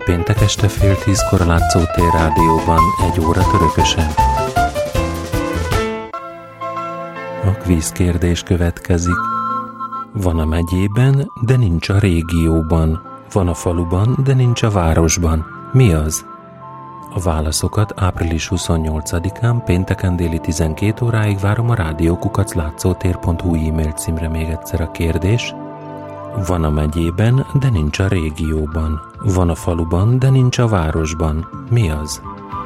Péntek este 9:30 a Látszótér Rádióban 1 óra Törökösen. A kvízkérdés következik. Van a megyében, de nincs a régióban. Van a faluban, de nincs a városban. Mi az? A válaszokat április 28-án pénteken déli 12 óráig várom a rádió@látszótér.hu e-mail címre. Még egyszer a kérdés. Van a megyében, de nincs a régióban. Van a faluban, de nincs a városban. Mi az?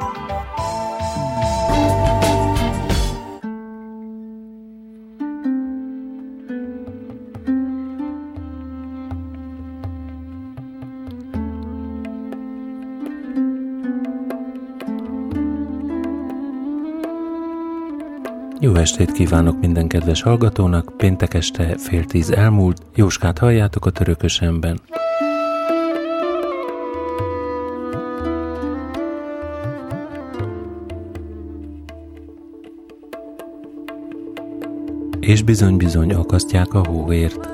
Jó estét kívánok minden kedves hallgatónak, péntek este 9:30 elmúlt, Jóskát halljátok a Törökösenben. És bizony-bizony akasztják a hóért.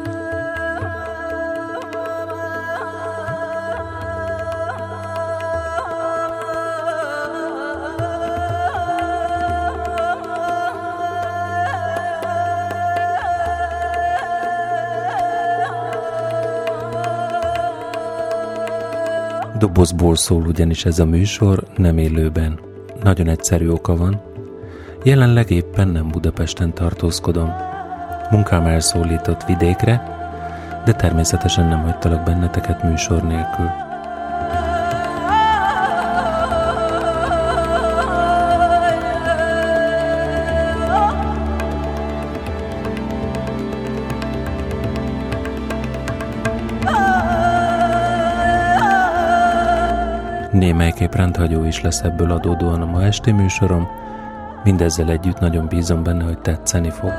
Dobozból szól ugyanis ez a műsor, nem élőben. Nagyon egyszerű oka van. Jelenleg éppen nem Budapesten tartózkodom. Munkám elszólított vidékre, de természetesen nem hagytalak benneteket műsor nélkül. Némelyképp rendhagyó is lesz ebből adódóan a ma esti műsorom, mindezzel együtt nagyon bízom benne, hogy tetszeni fog.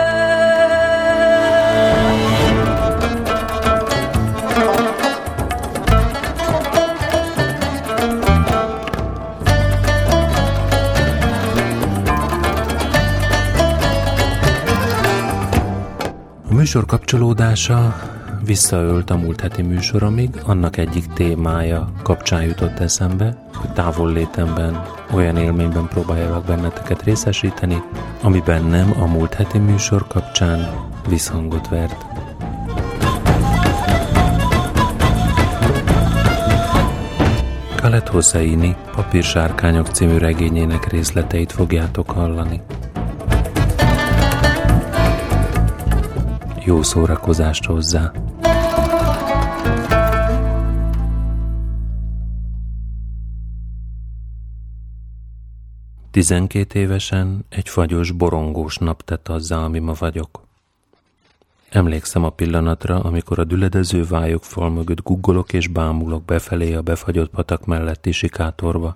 A műsor kapcsolódása visszaölt a múlt heti műsoromig, annak egyik témája kapcsán jutott eszembe, hogy távollétemben, olyan élményben próbáljalak benneteket részesíteni, ami bennem a múlt heti műsor kapcsán visszhangot vert. Khaled Hosseini Papírsárkányok című regényének részleteit fogjátok hallani. Jó szórakozást hozzá! Tizenkét évesen egy fagyos, borongós nap tett azzá, ami ma vagyok. Emlékszem a pillanatra, amikor a düledező vályok fal mögött guggolok és bámulok befelé a befagyott patak melletti sikátorba.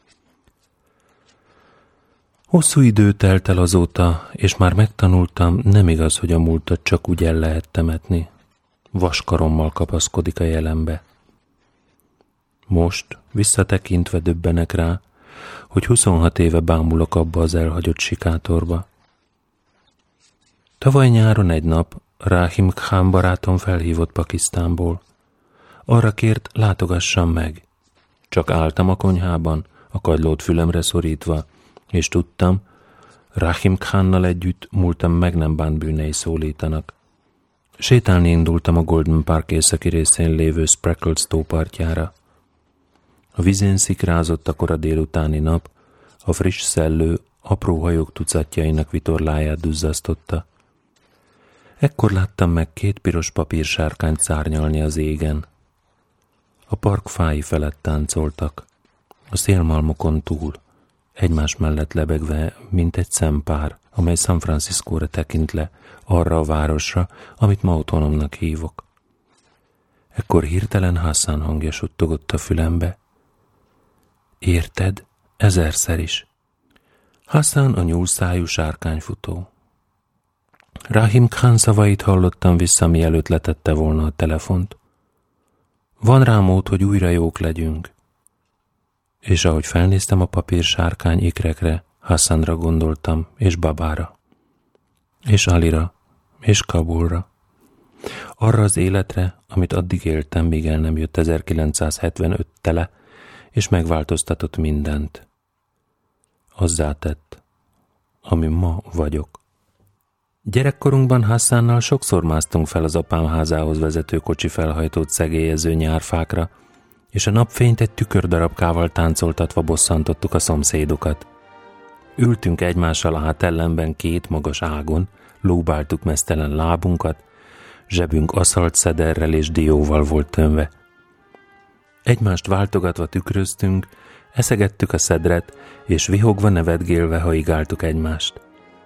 Hosszú idő telt el azóta, és már megtanultam, nem igaz, hogy a múltat csak úgy el lehet temetni. Vaskarommal kapaszkodik a jelenbe. Most, visszatekintve döbbenek rá, hogy 26 éve bámulok abba az elhagyott sikátorba. Tavaly nyáron egy nap Rahim Khan barátom felhívott Pakisztánból. Arra kért, látogassam meg. Csak álltam a konyhában, a kagylót fülemre szorítva, és tudtam, Rahim Khannal együtt múltam meg nem bánt bűnei szólítanak. Sétálni indultam a Golden Park északi részén lévő Spreckles tó partjára. A vizén szikrázott a kora délutáni nap, a friss szellő apró hajók tucatjainak vitorláját duzzasztotta. Ekkor láttam meg 2 piros papírsárkányt szárnyalni az égen. A park fái felett táncoltak, a szélmalmokon túl, egymás mellett lebegve, mint egy szempár, amely San Franciscóra tekint le, arra a városra, amit ma otthonomnak hívok. Ekkor hirtelen Hassan hangja suttogott a fülembe. Érted? 1000-szer is. Hassan a nyúlszájú sárkányfutó. Rahim Khan szavait hallottam vissza, mielőtt letette volna a telefont. Van rá mód, hogy újra jók legyünk. És ahogy felnéztem a papírsárkány ikrekre, Hassanra gondoltam, és Babára, és Alira, és Kabulra. Arra az életre, amit addig éltem, míg el nem jött 1975 tele, és megváltoztatott mindent. Azzá tett, ami ma vagyok. Gyerekkorunkban Hassannal sokszor másztunk fel az apám házához vezető kocsi felhajtót szegélyező nyárfákra, és a napfényt egy tükördarabkával táncoltatva bosszantottuk a szomszédokat. Ültünk egymással átellenben két magas ágon, lóbáltuk meztelen lábunkat, zsebünk aszalt szederrel és dióval volt tömve. Egymást váltogatva tükröztünk, eszegettük a szedret, és vihogva nevetgélve haigáltuk egymást.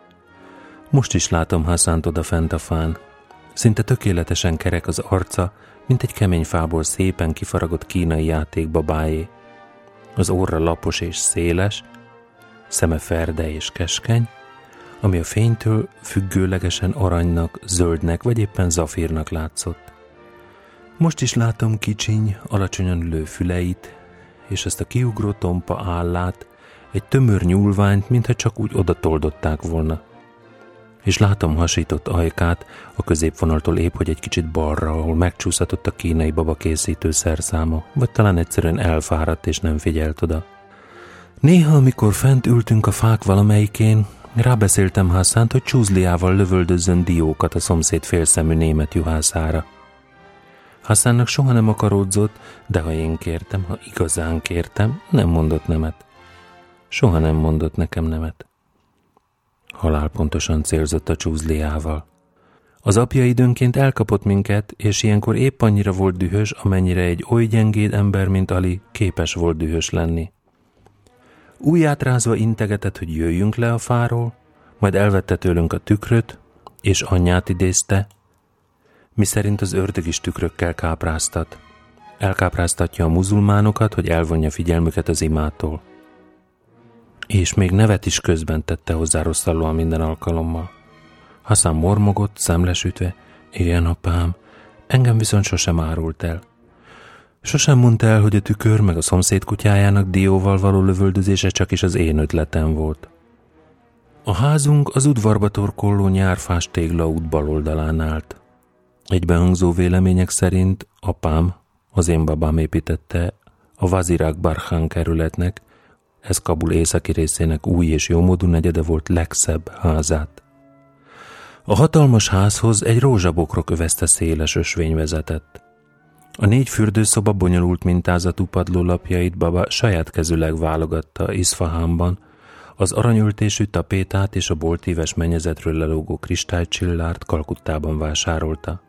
Most is látom Hassant odafent a fán. Szinte tökéletesen kerek az arca, mint egy kemény fából szépen kifaragott kínai játékbabáé. Az orra lapos és széles, szeme ferde és keskeny, ami a fénytől függőlegesen aranynak, zöldnek vagy éppen zafírnak látszott. Most is látom kicsiny, alacsonyan ülő füleit, és ezt a kiugró tompa állát, egy tömör nyúlványt, mintha csak úgy oda toldották volna. És látom hasított ajkát, a középvonaltól épp, hogy egy kicsit balra, ahol megcsúszatott a kínai baba készítő szerszáma, vagy talán egyszerűen elfáradt és nem figyelt oda. Néha, amikor fent ültünk a fák valamelyikén, rábeszéltem Hassant, hogy csúzliával lövöldözzön diókat a szomszéd félszemű német juhászára. Hassannak soha nem akaródzott, de ha én kértem, ha igazán kértem, nem mondott nemet. Soha nem mondott nekem nemet. Halálpontosan célzott a csúzliával. Az apja időnként elkapott minket, és ilyenkor épp annyira volt dühös, amennyire egy oly gyengéd ember, mint Ali, képes volt dühös lenni. Ujját rázva integetett, hogy jöjjünk le a fáról, majd elvette tőlünk a tükröt, és anyját idézte, miszerint az ördög is tükrökkel kápráztat. Elkápráztatja a muzulmánokat, hogy elvonja figyelmüket az imától. És még nevet is közben tette hozzá rosszallóan minden alkalommal. Hassan mormogott, szemlesütve, igen, apám, engem viszont sosem árult el. Sosem mondta el, hogy a tükör meg a szomszéd kutyájának dióval való lövöldözése csak is az én ötletem volt. A házunk az udvarba torkolló nyárfás téglaút bal oldalán állt. Egybehangzó vélemények szerint apám, az én babám építette a Wazir Akbar Khan kerületnek, ez Kabul északi részének új és jómódú negyede volt legszebb házát. A hatalmas házhoz egy rózsabokrok övezte széles ösvény vezetett. A 4 fürdőszoba bonyolult mintázatú padlólapjait baba saját kezűleg válogatta Isfahanban, az aranyöltésű tapétát és a boltíves mennyezetről lelógó kristálycsillárt Kalkuttában vásárolta.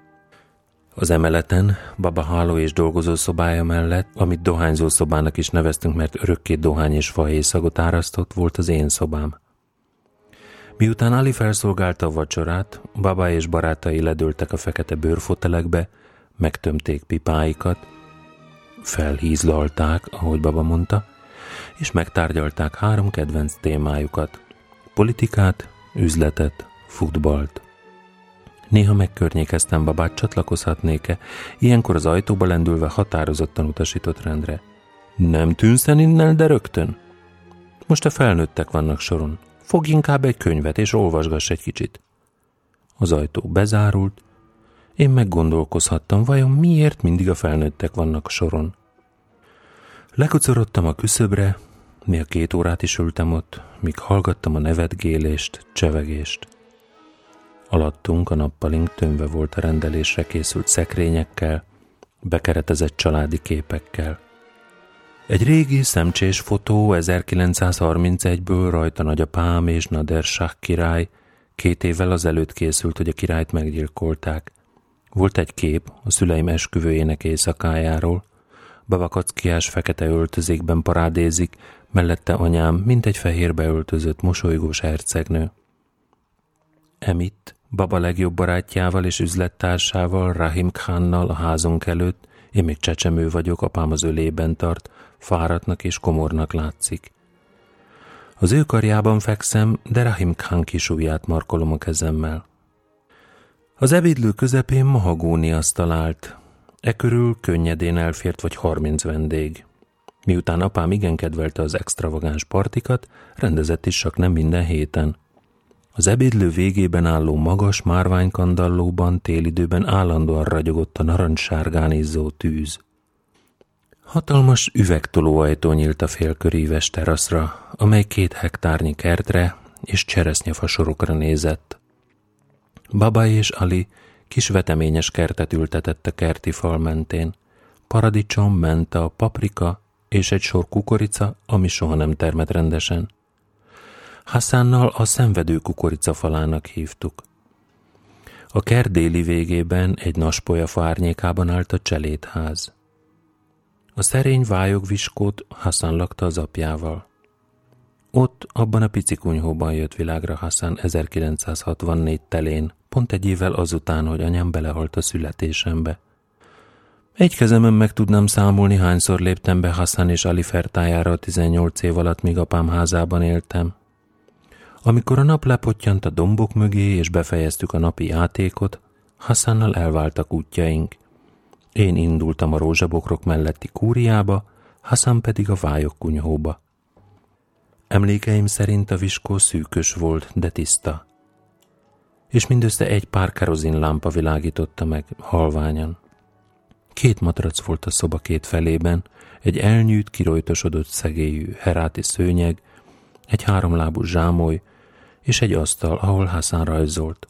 Az emeleten, baba háló és dolgozószobája mellett, amit dohányzószobának is neveztünk, mert örökké dohány és fahéjszagot árasztott, volt az én szobám. Miután Ali felszolgálta a vacsorát, baba és barátai ledőltek a fekete bőrfotelekbe, megtömték pipáikat, felhízlalták, ahogy baba mondta, és megtárgyalták 3 kedvenc témájukat: politikát, üzletet, futballt. Néha megkörnyékeztem babát, csatlakozhatnék-e, ilyenkor az ajtóba lendülve határozottan utasított rendre. Nem tűnsz el innen, de rögtön? Most a felnőttek vannak soron. Fogj inkább egy könyvet, és olvasgass egy kicsit. Az ajtó bezárult, én meggondolkozhattam, vajon miért mindig a felnőttek vannak soron. Lekucorodtam a küszöbre, néha 2 órát is ültem ott, míg hallgattam a nevetgélést, csevegést. Alattunk a nappalink tömve volt a rendelésre készült szekrényekkel, bekeretezett családi képekkel. Egy régi szemcsés fotó 1931-ből, rajta nagyapám és Nader Shah király, 2 évvel azelőtt készült, hogy a királyt meggyilkolták. Volt egy kép a szüleim esküvőjének éjszakájáról. Baba kackiás fekete öltözékben parádézik, mellette anyám, mint egy fehérbe öltözött, mosolygós hercegnő. Emitt, baba legjobb barátjával és üzlettársával, Rahim Khannal a házunk előtt, én még csecsemő vagyok, apám az ölében tart, fáradtnak és komornak látszik. Az ő karjában fekszem, de Rahim Khan kisujját markolom a kezemmel. Az ebédlő közepén mahagóni asztal állt. Ekörül könnyedén elfért vagy 30 vendég. Miután apám igen kedvelte az extravagáns partikat, rendezett is csak nem minden héten. Az ebédlő végében álló magas márványkandallóban télidőben állandóan ragyogott a narancssárgán izzó tűz. Hatalmas üvegtolóajtó nyílt a félköríves teraszra, amely 2 hektárnyi kertre és cseresznyefasorokra nézett. Baba és Ali kis veteményes kertet ültetett a kerti fal mentén. Paradicsom, menta, paprika és egy sor kukorica, ami soha nem termett rendesen. Hassannal a szenvedő kukoricafalának hívtuk. A kert déli végében egy naspolyafa árnyékában állt a cselédház. A szerény vályogviskót Hassan lakta az apjával. Ott, abban a pici kunyhóban jött világra Hassan 1964 telén, pont egy évvel azután, hogy anyám belehalt a születésembe. Egy kezemen meg tudnám számolni, hányszor léptem be Hassan és Ali fertájára a 18 év alatt, míg apám házában éltem. Amikor a nap lepottyant a dombok mögé, és befejeztük a napi játékot, Hassannal elváltak útjaink. Én indultam a rózsabokrok melletti kúriába, Hassan pedig a vályog kunyhóba. Emlékeim szerint a viskó szűkös volt, de tiszta. És mindössze egy pár kerozinlámpa világította meg halványan. 2 matrac volt a szoba 2 felében, egy elnyűjt, kirojtosodott szegélyű heráti szőnyeg, egy 3 lábú zsámoly és egy asztal, ahol Hassan rajzolt.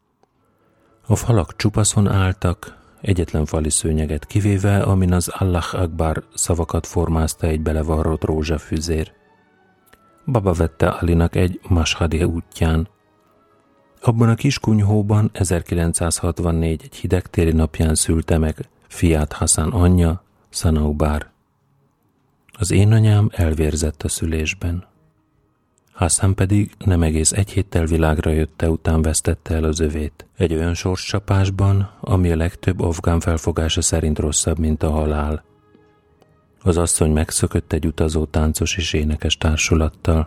A falak csupaszon álltak, egyetlen fali szőnyeget kivéve, amin az Allah Akbar szavakat formázta egy belevarrott rózsafüzér. Baba vette Alinak egy Mashhadi útján. Abban a kis kunyhóban 1964 egy hideg téli napján szülte meg fiát Hassan anyja, Sanaubar. Az én anyám elvérzett a szülésben. Hassan pedig nem egész egy héttel világra jötte után vesztette el az övét. Egy olyan sorscsapásban, ami a legtöbb afgán felfogása szerint rosszabb, mint a halál. Az asszony megszökött egy utazó táncos és énekes társulattal.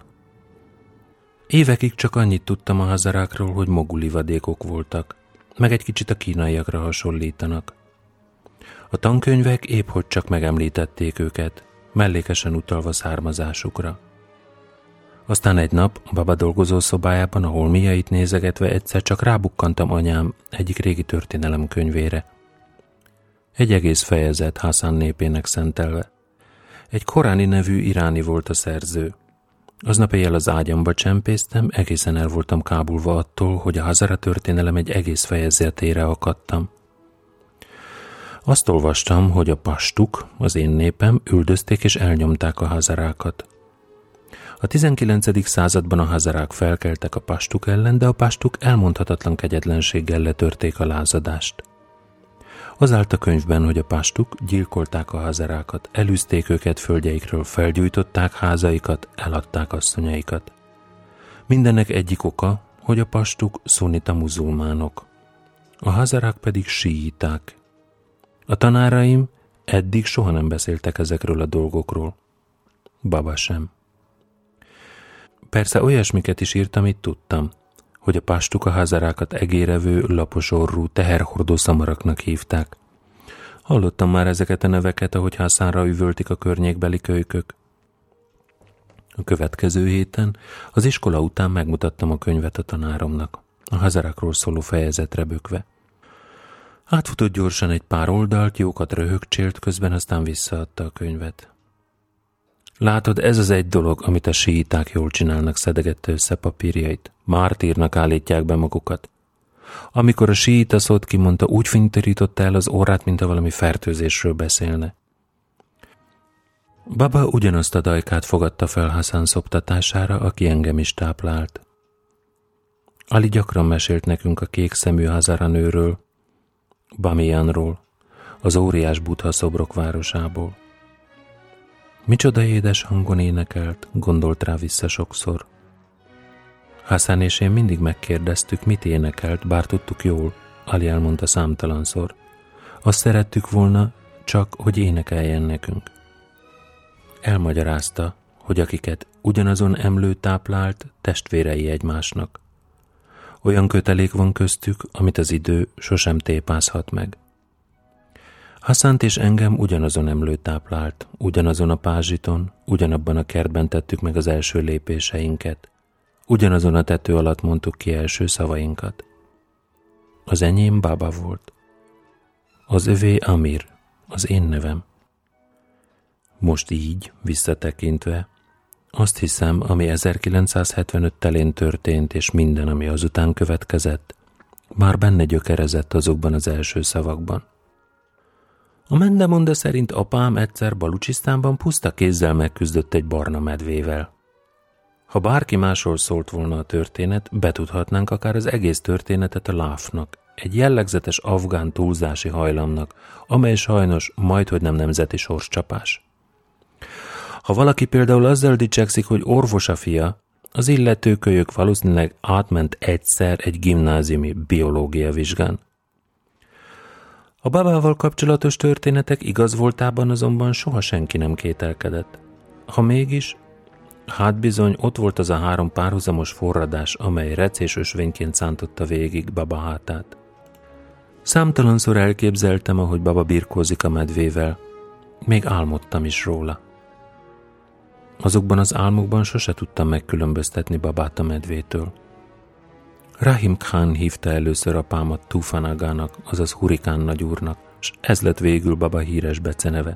Évekig csak annyit tudtam a hazarákról, hogy moguli vadékok voltak, meg egy kicsit a kínaiakra hasonlítanak. A tankönyvek épp hogy csak megemlítették őket, mellékesen utalva származásukra. Aztán egy nap Baba dolgozó szobájában a holmiait nézegetve egyszer csak rábukkantam anyám egyik régi történelemkönyvére. Egy egész fejezet Hassan népének szentelve. Egy Koráni nevű iráni volt a szerző. Aznap éjjel az ágyamba csempésztem, egészen el voltam kábulva attól, hogy a hazara történelem egy egész fejezetére akadtam. Azt olvastam, hogy a pastuk, az én népem, üldözték és elnyomták a hazarákat. A 19. században a hazarák felkeltek a pastuk ellen, de a pastuk elmondhatatlan kegyetlenséggel letörték a lázadást. Az állt a könyvben, hogy a pastuk gyilkolták a hazarákat, elűzték őket földjeikről, felgyújtották házaikat, eladták asszonyaikat. Mindennek egyik oka, hogy a pastuk szunnita muzulmánok, a hazarák pedig síiták. A tanáraim eddig soha nem beszéltek ezekről a dolgokról. Baba sem. Persze olyasmiket is írt, amit tudtam, hogy a pastuk a hazarákat egérevő, lapos orrú, teherhordó szamaraknak hívták. Hallottam már ezeket a neveket, ahogy Hassanra üvöltik a környékbeli kölykök. A következő héten az iskola után megmutattam a könyvet a tanáromnak, a hazarákról szóló fejezetre bökve. Átfutott gyorsan egy pár oldalt, jókat röhögcsélt, közben aztán visszaadta a könyvet. Látod, ez az egy dolog, amit a síiták jól csinálnak, szedegette össze papírjait. Mártírnak állítják be magukat. Amikor a síita szót kimondta, úgy fintorította el az orrát, mint ha valami fertőzésről beszélne. Baba ugyanazt a dajkát fogadta fel Hassan szoptatására, aki engem is táplált. Ali gyakran mesélt nekünk a kék szemű hazara nőről, Bamiyanról, az óriás Buddha szobrok városából. Micsoda édes hangon énekelt, gondolt rá vissza sokszor. Hassan és én mindig megkérdeztük, mit énekelt, bár tudtuk jól, Ali elmondta számtalanszor. Azt szerettük volna, csak hogy énekeljen nekünk. Elmagyarázta, hogy akiket ugyanazon emlő táplált, testvérei egymásnak. Olyan kötelék van köztük, amit az idő sosem tépázhat meg. Hassant és engem ugyanazon emlő táplált, ugyanazon a pázsiton, ugyanabban a kertben tettük meg az első lépéseinket. Ugyanazon a tető alatt mondtuk ki első szavainkat. Az enyém Baba volt. Az övé Amir, az én nevem. Most így, visszatekintve, azt hiszem, ami 1975 telén történt, és minden, ami azután következett, már benne gyökerezett azokban az első szavakban. A mendemonda szerint apám egyszer Balucsisztánban puszta kézzel megküzdött egy barna medvével. Ha bárki másról szólt volna a történet, betudhatnánk akár az egész történetet a láfnak, egy jellegzetes afgán túlzási hajlamnak, amely sajnos majdhogy nem nemzeti sorscsapás. Ha valaki például azzal dicsekszik, hogy orvos a fia, az illető kölyök valószínűleg átment egyszer egy gimnáziumi biológia vizsgán. A babával kapcsolatos történetek igaz voltában azonban soha senki nem kételkedett. Ha mégis, hát bizony ott volt az a 3 párhuzamos forradás, amely recés ösvényként szántotta végig Baba hátát. Számtalanszor elképzeltem, ahogy Baba birkózik a medvével. Még álmodtam is róla. Azokban az álmokban sose tudtam megkülönböztetni Babát a medvétől. Rahim Khan hívta először apámat Tufan Agának, azaz Hurikán nagyúrnak, s ez lett végül Baba híres beceneve.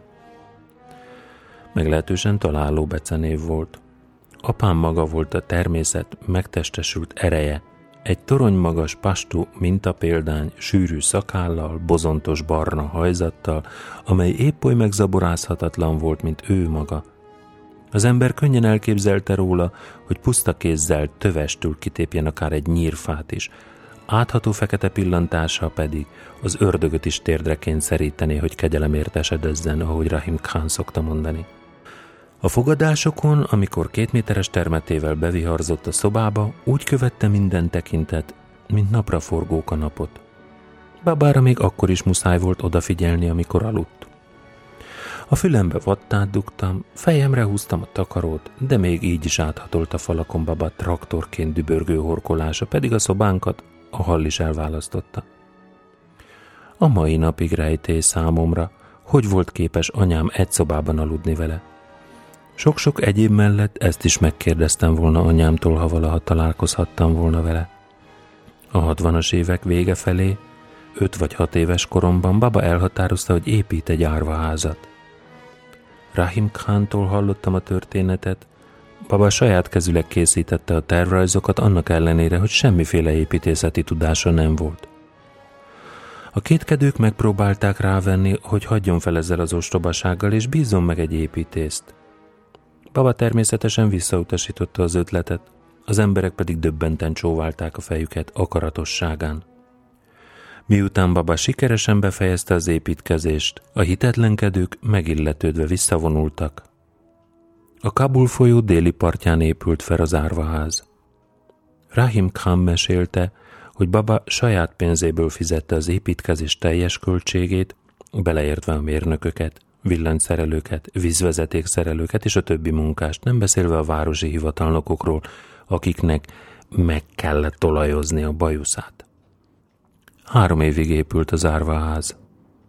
Meglehetősen találó becenév volt. Apám maga volt a természet megtestesült ereje, egy toronymagas pastú mintapéldány, sűrű szakállal, bozontos barna hajzattal, amely épp oly megzaborázhatatlan volt, mint ő maga. Az ember könnyen elképzelte róla, hogy puszta kézzel tövestül kitépjen akár egy nyírfát is, átható fekete pillantása pedig az ördögöt is térdre kényszerítené, hogy kegyelemért esedezzen, ahogy Rahim Khan szokta mondani. A fogadásokon, amikor 2 méteres termetével beviharzott a szobába, úgy követte minden tekintet, mint napraforgók a napot. Babára még akkor is muszáj volt odafigyelni, amikor aludt. A fülembe vattát dugtam, fejemre húztam a takarót, de még így is áthatolt a falakon Baba traktorként dübörgő horkolása, pedig a szobánkat a hall is elválasztotta. A mai napig rejtély számomra, hogy volt képes anyám egy szobában aludni vele. Sok-sok egyéb mellett ezt is megkérdeztem volna anyámtól, ha valaha találkozhattam volna vele. A 60-as évek vége felé, 5 vagy 6 éves koromban Baba elhatározta, hogy épít egy árvaházat. Rahim Khantól hallottam a történetet. Baba saját kezüleg készítette a tervrajzokat, annak ellenére, hogy semmiféle építészeti tudása nem volt. A kétkedők megpróbálták rávenni, hogy hagyjon fel ezzel az ostobasággal, és bízzon meg egy építészt. Baba természetesen visszautasította az ötletet, az emberek pedig döbbenten csóválták a fejüket akaratosságán. Miután Baba sikeresen befejezte az építkezést, a hitetlenkedők megilletődve visszavonultak. A Kabul folyó déli partján épült fel az árvaház. Rahim Khan mesélte, hogy Baba saját pénzéből fizette az építkezés teljes költségét, beleértve a mérnököket, villanyszerelőket, vízvezetékszerelőket és a többi munkást, nem beszélve a városi hivatalnokokról, akiknek meg kellett olajozni a bajuszát. 3 évig épült az árvaház.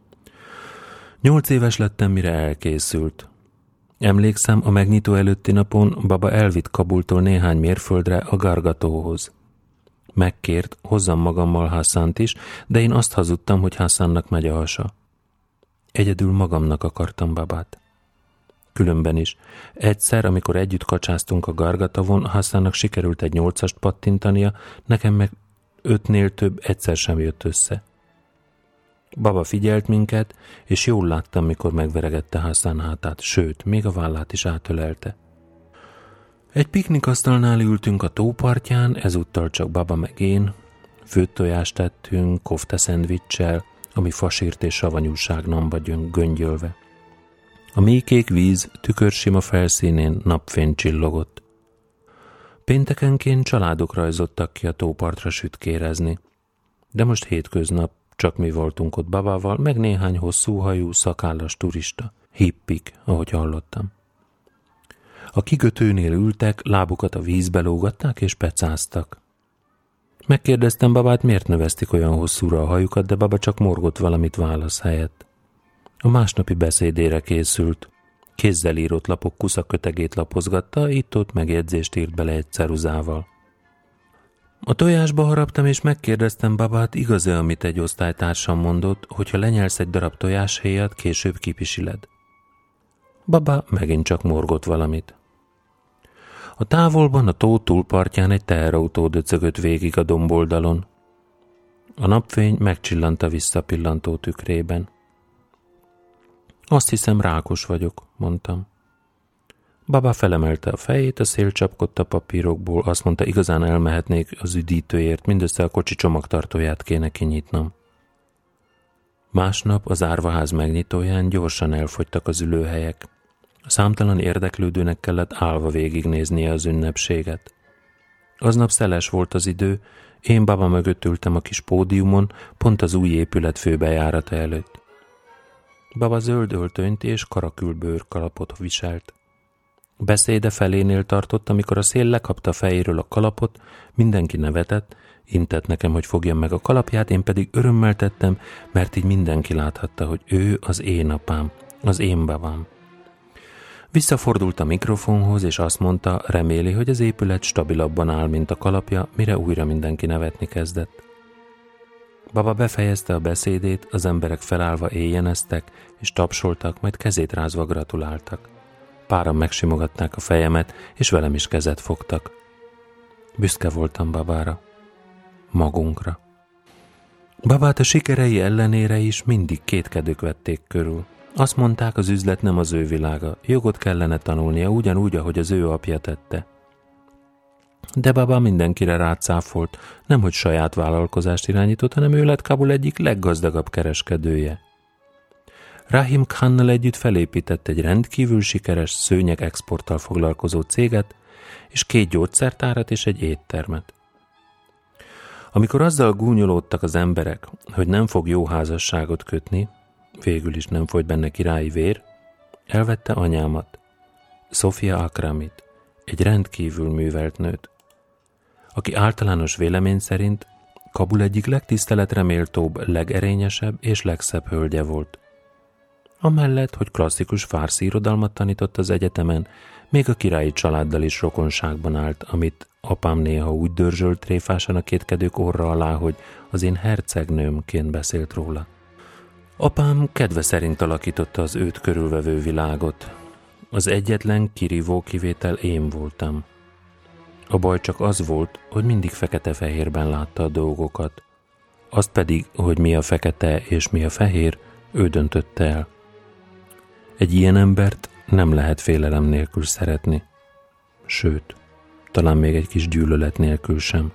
8 éves lettem, mire elkészült. Emlékszem, a megnyitó előtti napon Baba elvitt Kabultól néhány mérföldre a Gargatóhoz. Megkért, hozzam magammal Hassant is, de én azt hazudtam, hogy Hassannak megy a hasa. Egyedül magamnak akartam Babát. Különben is. Egyszer, amikor együtt kacsáztunk a Gargatavon, Hassannak sikerült egy 8-ast pattintania, nekem meg 5-nél több egyszer sem jött össze. Baba figyelt minket, és jól láttam, mikor megveregette Hassan hátát, sőt, még a vállát is átölelte. Egy piknikasztalnál ültünk a tópartján, ezúttal csak Baba meg én. Főtt tojást tettünk, kofta szendvicssel, ami fasírt és savanyúságnamba göngyölve. A mélykék víz tükörsima felszínén napfény csillogott. Péntekenként családok rajzottak ki a tópartra sütkérezni. De most hétköznap csak mi voltunk ott Babával, meg néhány hosszúhajú, szakállas turista, hippik, ahogy hallottam. A kikötőnél ültek, lábukat a vízbe lógatták és pecáztak. Megkérdeztem Babát, miért növesztik olyan hosszúra a hajukat, de Baba csak morgott valamit válasz helyett. A másnapi beszédére készült. Kézzel írott lapok kuszakötegét lapozgatta, itt-ott megjegyzést írt bele egy ceruzával. A tojásba haraptam, és megkérdeztem babát, igaz-e, amit egy osztálytársam mondott, hogyha lenyelsz egy darab tojáshéjat, később kipisiled. Baba megint csak morgott valamit. A távolban a tó túlpartján egy teherautó döcögött végig a domboldalon. A napfény megcsillant a visszapillantó tükrében. Azt hiszem, rákos vagyok, mondtam. Baba felemelte a fejét, a szél csapkodta papírokból, azt mondta, igazán elmehetnék az üdítőért, mindössze a kocsi csomagtartóját kéne kinyitnom. Másnap az árvaház megnyitóján gyorsan elfogytak az ülőhelyek. Számtalan érdeklődőnek kellett állva végignéznie az ünnepséget. Aznap szeles volt az idő, én baba mögött ültem a kis pódiumon, pont az új épület főbejárata előtt. Baba zöld öltönyt és karakülbőr kalapot viselt. Beszéde felénél tartott, amikor a szél lekapta fejéről a kalapot, mindenki nevetett, intett nekem, hogy fogjam meg a kalapját, én pedig örömmel tettem, mert így mindenki láthatta, hogy ő az én apám, az én babám. Visszafordult a mikrofonhoz, és azt mondta, reméli, hogy az épület stabilabban áll, mint a kalapja, mire újra mindenki nevetni kezdett. Baba befejezte a beszédét, az emberek felállva éjjeneztek, és tapsoltak, majd kezét rázva gratuláltak. Páran megsimogatták a fejemet, és velem is kezet fogtak. Büszke voltam babára. Magunkra. Babát a sikerei ellenére is mindig kétkedők vették körül. Azt mondták, az üzlet nem az ő világa, jogot kellene tanulnia ugyanúgy, ahogy az ő apja tette. De baba mindenkire rácáfolt, nemhogy saját vállalkozást irányított, hanem ő lett Kabul egyik leggazdagabb kereskedője. Rahim Khannal együtt felépített egy rendkívül sikeres szőnyeg exporttal foglalkozó céget, és 2 gyógyszertárat és egy éttermet. Amikor azzal gúnyolódtak az emberek, hogy nem fog jó házasságot kötni, végül is nem folyt benne királyi vér, elvette anyámat, Sofia Akramit, egy rendkívül művelt nőt, aki általános vélemény szerint Kabul egyik legtiszteletre méltóbb, legerényesebb és legszebb hölgye volt. Amellett, hogy klasszikus fársi irodalmat tanított az egyetemen, még a királyi családdal is rokonságban állt, amit apám néha úgy dörzsölt tréfásan a kétkedők orra alá, hogy az én hercegnőmként beszélt róla. Apám kedve szerint alakította az őt körülvevő világot. Az egyetlen kirívó kivétel én voltam. A baj csak az volt, hogy mindig fekete-fehérben látta a dolgokat. Azt pedig, hogy mi a fekete és mi a fehér, ő döntötte el. Egy ilyen embert nem lehet félelem nélkül szeretni. Sőt, talán még egy kis gyűlölet nélkül sem.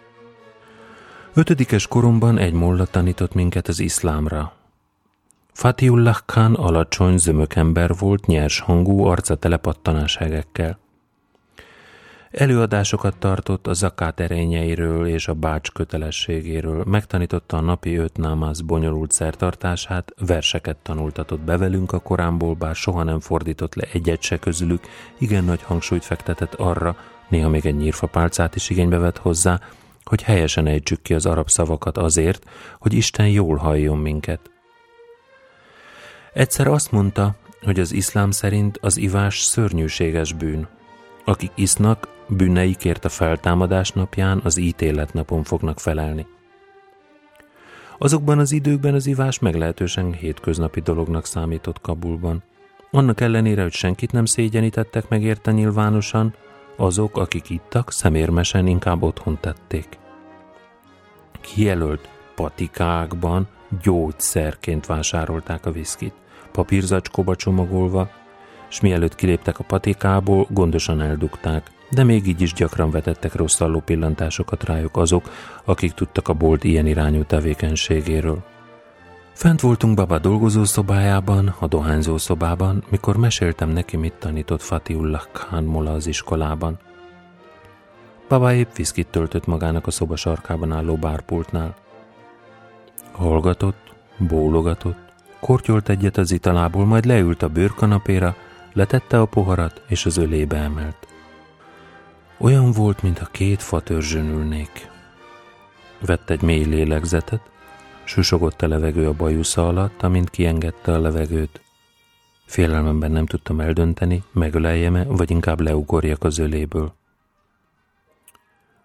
5. koromban egy molla tanított minket az iszlámra. Fatiullah Khan alacsony, zömök ember volt, nyers hangú, arca tele pattanásegekkel. Előadásokat tartott a zakát erényeiről és a bács kötelességéről, megtanította a napi 5 námász bonyolult szertartását, verseket tanultatott be velünk a Koránból, bár soha nem fordított le egyet se közülük, igen nagy hangsúlyt fektetett arra, néha még egy nyírfapálcát is igénybe vett hozzá, hogy helyesen ejtsük ki az arab szavakat azért, hogy Isten jól halljon minket. Egyszer azt mondta, hogy az iszlám szerint az ivás szörnyűséges bűn. Akik isznak, bűneikért a feltámadás napján, az ítéletnapon fognak felelni. Azokban az időkben az ivás meglehetősen hétköznapi dolognak számított Kabulban. Annak ellenére, hogy senkit nem szégyenítettek meg érte nyilvánosan, azok, akik ittak, szemérmesen inkább otthon tették. Kijelölt patikákban gyógyszerként vásárolták a viszkit, papírzacskóba csomagolva, s mielőtt kiléptek a patikából, gondosan eldugták, de még így is gyakran vetettek rosszalló pillantásokat rájuk azok, akik tudtak a bolt ilyen irányú tevékenységéről. Fent voltunk baba dolgozószobájában, a dohányzószobában, mikor meséltem neki, mit tanított Fatiullah Khan molla az iskolában. Baba épp viszkit töltött magának a szoba sarkában álló bárpultnál. Hallgatott, bólogatott, kortyolt egyet az italából, majd leült a bőrkanapéra, letette a poharat és az ölébe emelt. Olyan volt, mintha 2 fatörzsön ülnék. Vett egy mély lélegzetet, susogott a levegő a bajusza alatt, amint kiengedte a levegőt. Félelmemben nem tudtam eldönteni, megöleljem-e, vagy inkább leugorjak az öléből.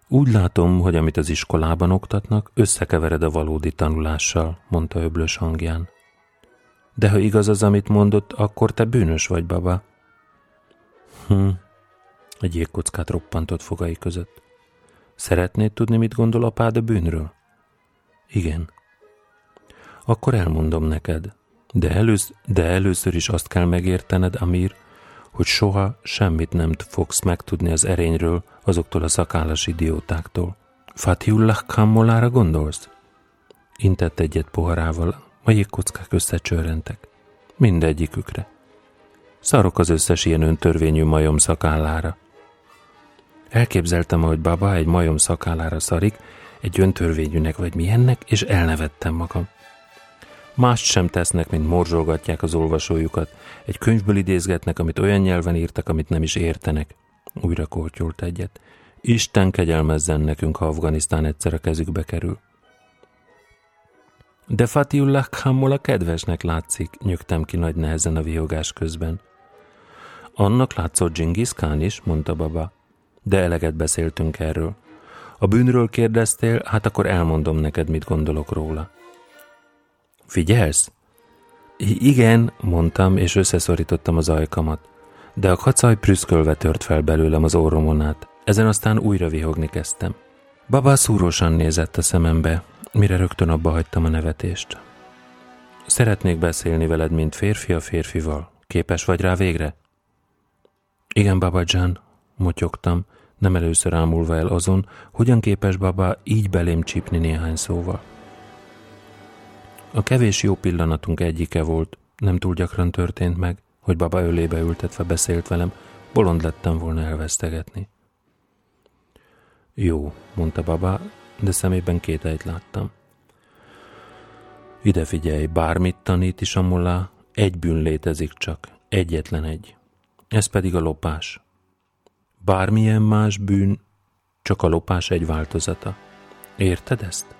Úgy látom, hogy amit az iskolában oktatnak, összekevered a valódi tanulással, mondta öblös hangján. De ha igaz az, amit mondott, akkor te bűnös vagy, baba. Egy jégkockát roppantott fogai között. Szeretnéd tudni, mit gondol apád a bűnről? Igen. Akkor elmondom neked. De először is azt kell megértened, Amir, hogy soha semmit nem fogsz megtudni az erényről azoktól a szakállas idiótáktól. Fatiullah Khan Mollára gondolsz? Intett egyet poharával, a jégkockák összecsörrentek. Mindegyikükre. Szarok az összes ilyen öntörvényű majom szakállára. Elképzeltem, ahogy baba egy majom szakállára szarik, egy öntörvényűnek vagy milyennek, és elnevettem magam. Mást sem tesznek, mint morzsolgatják az olvasójukat. Egy könyvből idézgetnek, amit olyan nyelven írtak, amit nem is értenek. Újra kortyolt egyet. Isten kegyelmezzen nekünk, ha Afganisztán egyszer a kezükbe kerül. De Fatiullah Khan Molla kedvesnek látszik, nyögtem ki nagy nehezen a vihogás közben. Annak látszott Dzsingisz Kán is, mondta baba. De eleget beszéltünk erről. A bűnről kérdeztél, hát akkor elmondom neked, mit gondolok róla. Figyelsz? Igen, mondtam, és összeszorítottam az ajkamat. De a kacaj prüszkölve tört fel belőlem az orromon át. Ezen aztán újra vihogni kezdtem. Baba szúrósan nézett a szemembe, mire rögtön abba hagytam a nevetést. Szeretnék beszélni veled, mint férfi a férfival. Képes vagy rá végre? Igen, babadzsán, motyogtam, nem először ámulva el azon, hogyan képes baba így belém csípni néhány szóval. A kevés jó pillanatunk egyike volt, nem túl gyakran történt meg, hogy baba ölébe ültetve beszélt velem, bolond lettem volna elvesztegetni. Jó, mondta baba, de szemében kételyt láttam. Ide figyelj, bármit tanít is a mollá, egy bűn létezik csak, egyetlen egy. Ez pedig a lopás. Bármilyen más bűn, csak a lopás egy változata. Érted ezt?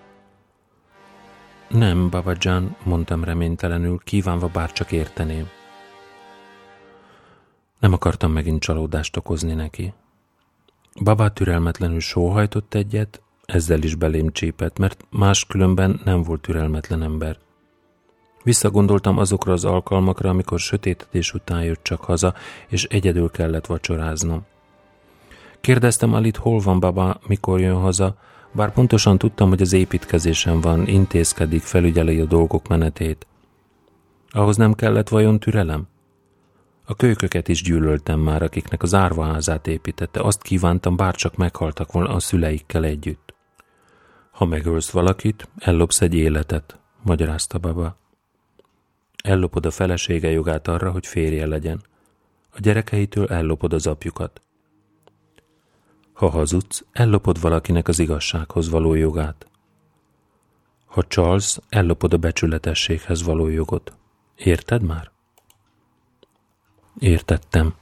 Nem, babadzsán, mondtam reménytelenül, kívánva bárcsak érteném. Nem akartam megint csalódást okozni neki. Baba türelmetlenül sóhajtott egyet, ezzel is belém csípett, mert máskülönben nem volt türelmetlen ember. Visszagondoltam azokra az alkalmakra, amikor sötétedés után jött csak haza, és egyedül kellett vacsoráznom. Kérdeztem Alit, hol van baba, mikor jön haza, bár pontosan tudtam, hogy az építkezésen van, intézkedik, felügyeli a dolgok menetét. Ahhoz nem kellett vajon türelem? A kölyköket is gyűlöltem már, akiknek az árvaházát építette, azt kívántam, bárcsak meghaltak volna a szüleikkel együtt. Ha megölsz valakit, ellopsz egy életet, magyarázta baba. Ellopod a felesége jogát arra, hogy férje legyen. A gyerekeitől ellopod az apjukat. Ha hazudsz, ellopod valakinek az igazsághoz való jogát. Ha csalsz, ellopod a becsületességhez való jogot. Érted már? Értettem.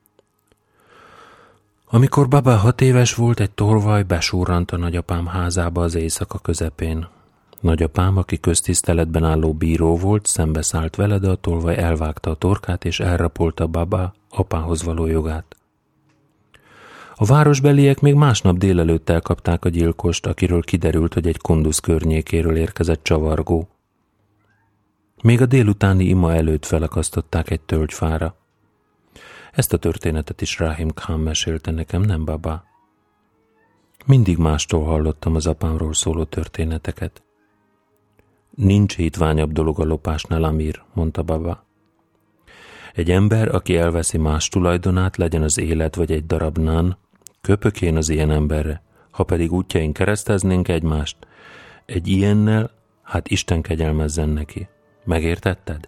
Amikor baba 6 éves volt, egy tolvaj besurrant a nagyapám házába az éjszaka közepén. Nagyapám, aki köztiszteletben álló bíró volt, szembeszállt vele, de a tolvaj elvágta a torkát és elrapolta baba apához való jogát. A városbeliek még másnap délelőtt elkapták a gyilkost, akiről kiderült, hogy egy kondusz környékéről érkezett csavargó. Még a délutáni ima előtt felakasztották egy tölgyfára. Ezt a történetet is Rahim Khan mesélte nekem, nem baba? Mindig mástól hallottam az apámról szóló történeteket. Nincs hitványabb dolog a lopásnál, Amir, mondta baba. Egy ember, aki elveszi más tulajdonát, legyen az élet vagy egy darab nán, köpök én az ilyen emberre. Ha pedig útjaink kereszteznénk egymást, egy ilyennel, hát Isten kegyelmezzen neki. Megértetted?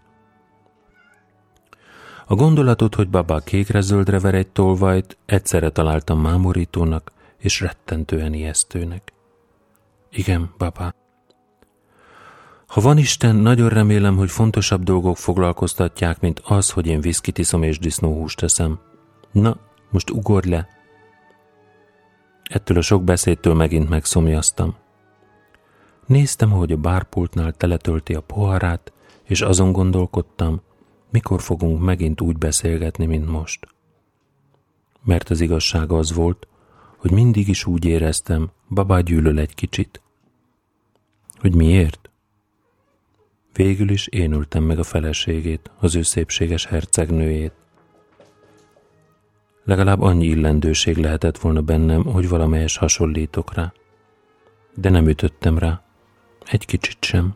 A gondolatot, hogy baba kékre-zöldre ver egy tolvajt, egyszerre találtam mámorítónak és rettentően ijesztőnek. Igen, baba. Ha van Isten, nagyon remélem, hogy fontosabb dolgok foglalkoztatják, mint az, hogy én viszkit iszom és disznóhúst eszem. Na, most ugorj le! Ettől a sok beszédtől megint megszomjaztam. Néztem, ahogy a bárpultnál teletölti a poharát, és azon gondolkodtam, mikor fogunk megint úgy beszélgetni, mint most. Mert az igazság az volt, hogy mindig is úgy éreztem, Baba gyűlöl egy kicsit. Hogy miért? Végül is én ültem meg a feleségét, az ő szépséges hercegnőjét. Legalább annyi illendőség lehetett volna bennem, hogy valamelyes hasonlítok rá. De nem ütöttem rá. Egy kicsit sem.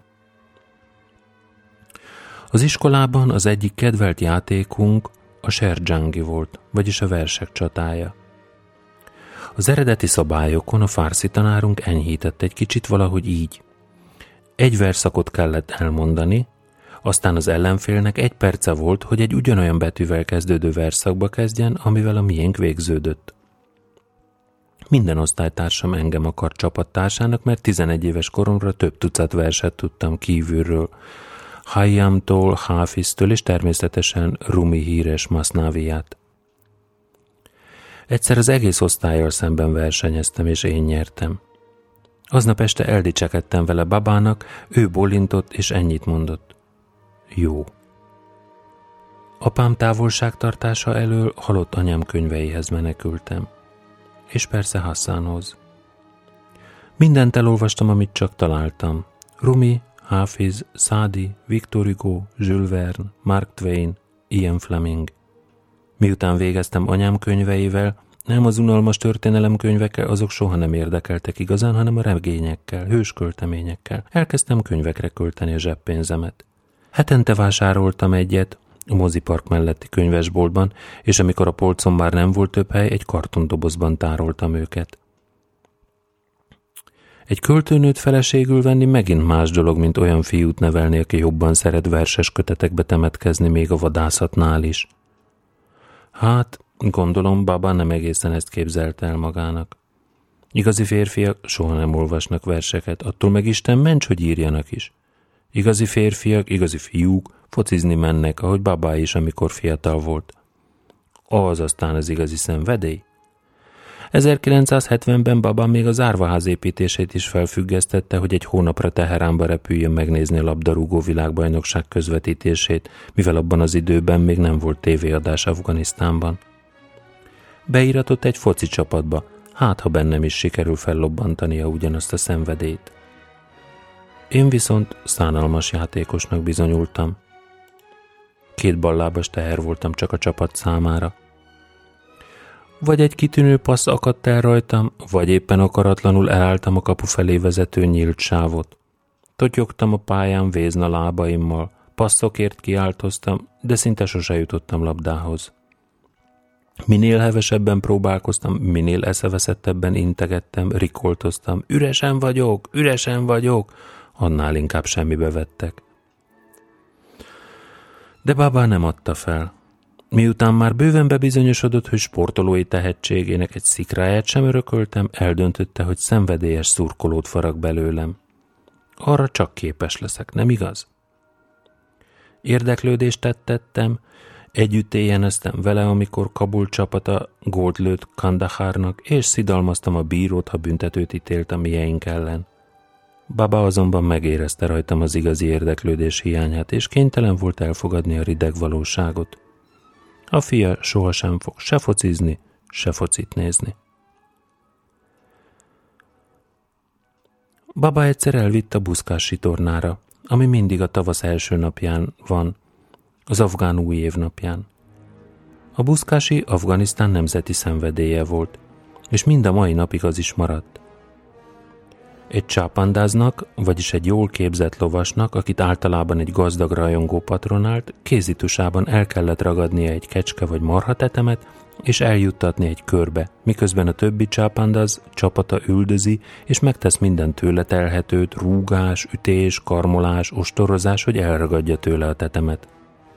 Az iskolában az egyik kedvelt játékunk a serdzsangi volt, vagyis a versek csatája. Az eredeti szabályokon a fárszi tanárunk enyhített egy kicsit valahogy így. Egy versszakot kellett elmondani, aztán az ellenfélnek 1 perce volt, hogy egy ugyanolyan betűvel kezdődő versszakba kezdjen, amivel a miénk végződött. Minden osztálytársam engem akart csapattársának, mert 11 éves koromra több tucat verset tudtam kívülről. Hayyamtól, Hafiztől és természetesen Rumi híres Masnaviját. Egyszer az egész osztállyal szemben versenyeztem, és én nyertem. Aznap este eldicsekedtem vele Babának, ő bólintott, és ennyit mondott. Jó. Apám távolságtartása elől halott anyám könyveihez menekültem. És persze Hassanhoz. Mindent elolvastam, amit csak találtam. Rumi, Hafiz, Sadi, Victor Hugo, Jules Verne, Mark Twain, Ian Fleming. Miután végeztem anyám könyveivel, nem az unalmas történelemkönyvekkel, azok soha nem érdekeltek igazán, hanem a regényekkel, hőskölteményekkel. Elkezdtem könyvekre költeni a zseppénzemet. Hetente vásároltam egyet a mozipark melletti könyvesboltban, és amikor a polcon már nem volt több hely, egy kartondobozban tároltam őket. Egy költőnőt feleségül venni megint más dolog, mint olyan fiút nevelni, aki jobban szeret verses kötetekbe temetkezni, még a vadászatnál is. Hát, gondolom, Baba nem egészen ezt képzelte el magának. Igazi férfiak soha nem olvasnak verseket, attól meg Isten ments, hogy írjanak is. Igazi férfiak, igazi fiúk focizni mennek, ahogy Baba is, amikor fiatal volt. Az aztán az igazi szenvedély. 1970-ben Baba még az árvaház építését is felfüggesztette, hogy egy hónapra Teheránba repüljön megnézni a labdarúgó világbajnokság közvetítését, mivel abban az időben még nem volt tévéadás Afganisztánban. Beíratott egy foci csapatba, hát ha bennem is sikerül fellobbantania ugyanazt a szenvedélyt. Én viszont szánalmas játékosnak bizonyultam. 2 ballábas teher voltam csak a csapat számára. Vagy egy kitűnő passz akadt el rajtam, vagy éppen akaratlanul elálltam a kapu felé vezető nyílt sávot. Totyogtam a pályán vézna lábaimmal, passzokért kiáltoztam, de szinte sose jutottam labdához. Minél hevesebben próbálkoztam, minél eszeveszettebben integettem, rikoltoztam. Üresen vagyok, annál inkább semmibe vettek. De Baba nem adta fel. Miután már bőven bebizonyosodott, hogy sportolói tehetségének egy szikráját sem örököltem, eldöntötte, hogy szenvedélyes szurkolót farag belőlem. Arra csak képes leszek, nem igaz? Érdeklődést tettem, együtt éjjeneztem vele, amikor Kabul csapata gólt lőtt Kandaharnak, és szidalmaztam a bírót, ha büntetőt ítélt a mieink ellen. Baba azonban megérezte rajtam az igazi érdeklődés hiányát, és kénytelen volt elfogadni a rideg valóságot. A fia sohasem fog se focizni, se focit nézni. Baba egyszer elvitt a buszkási tornára, ami mindig a tavasz első napján van, az afgán új év napján. A buszkási Afganisztán nemzeti szenvedélye volt, és mind a mai napig az is maradt. Egy csápandáznak, vagyis egy jól képzett lovasnak, akit általában egy gazdag rajongó patronált, kézitusában el kellett ragadnia egy kecske vagy marhatetemet, és eljuttatni egy körbe, miközben a többi csápandáz csapata üldözi, és megtesz minden tőle telhetőt, rúgás, ütés, karmolás, ostorozás, hogy elragadja tőle a tetemet.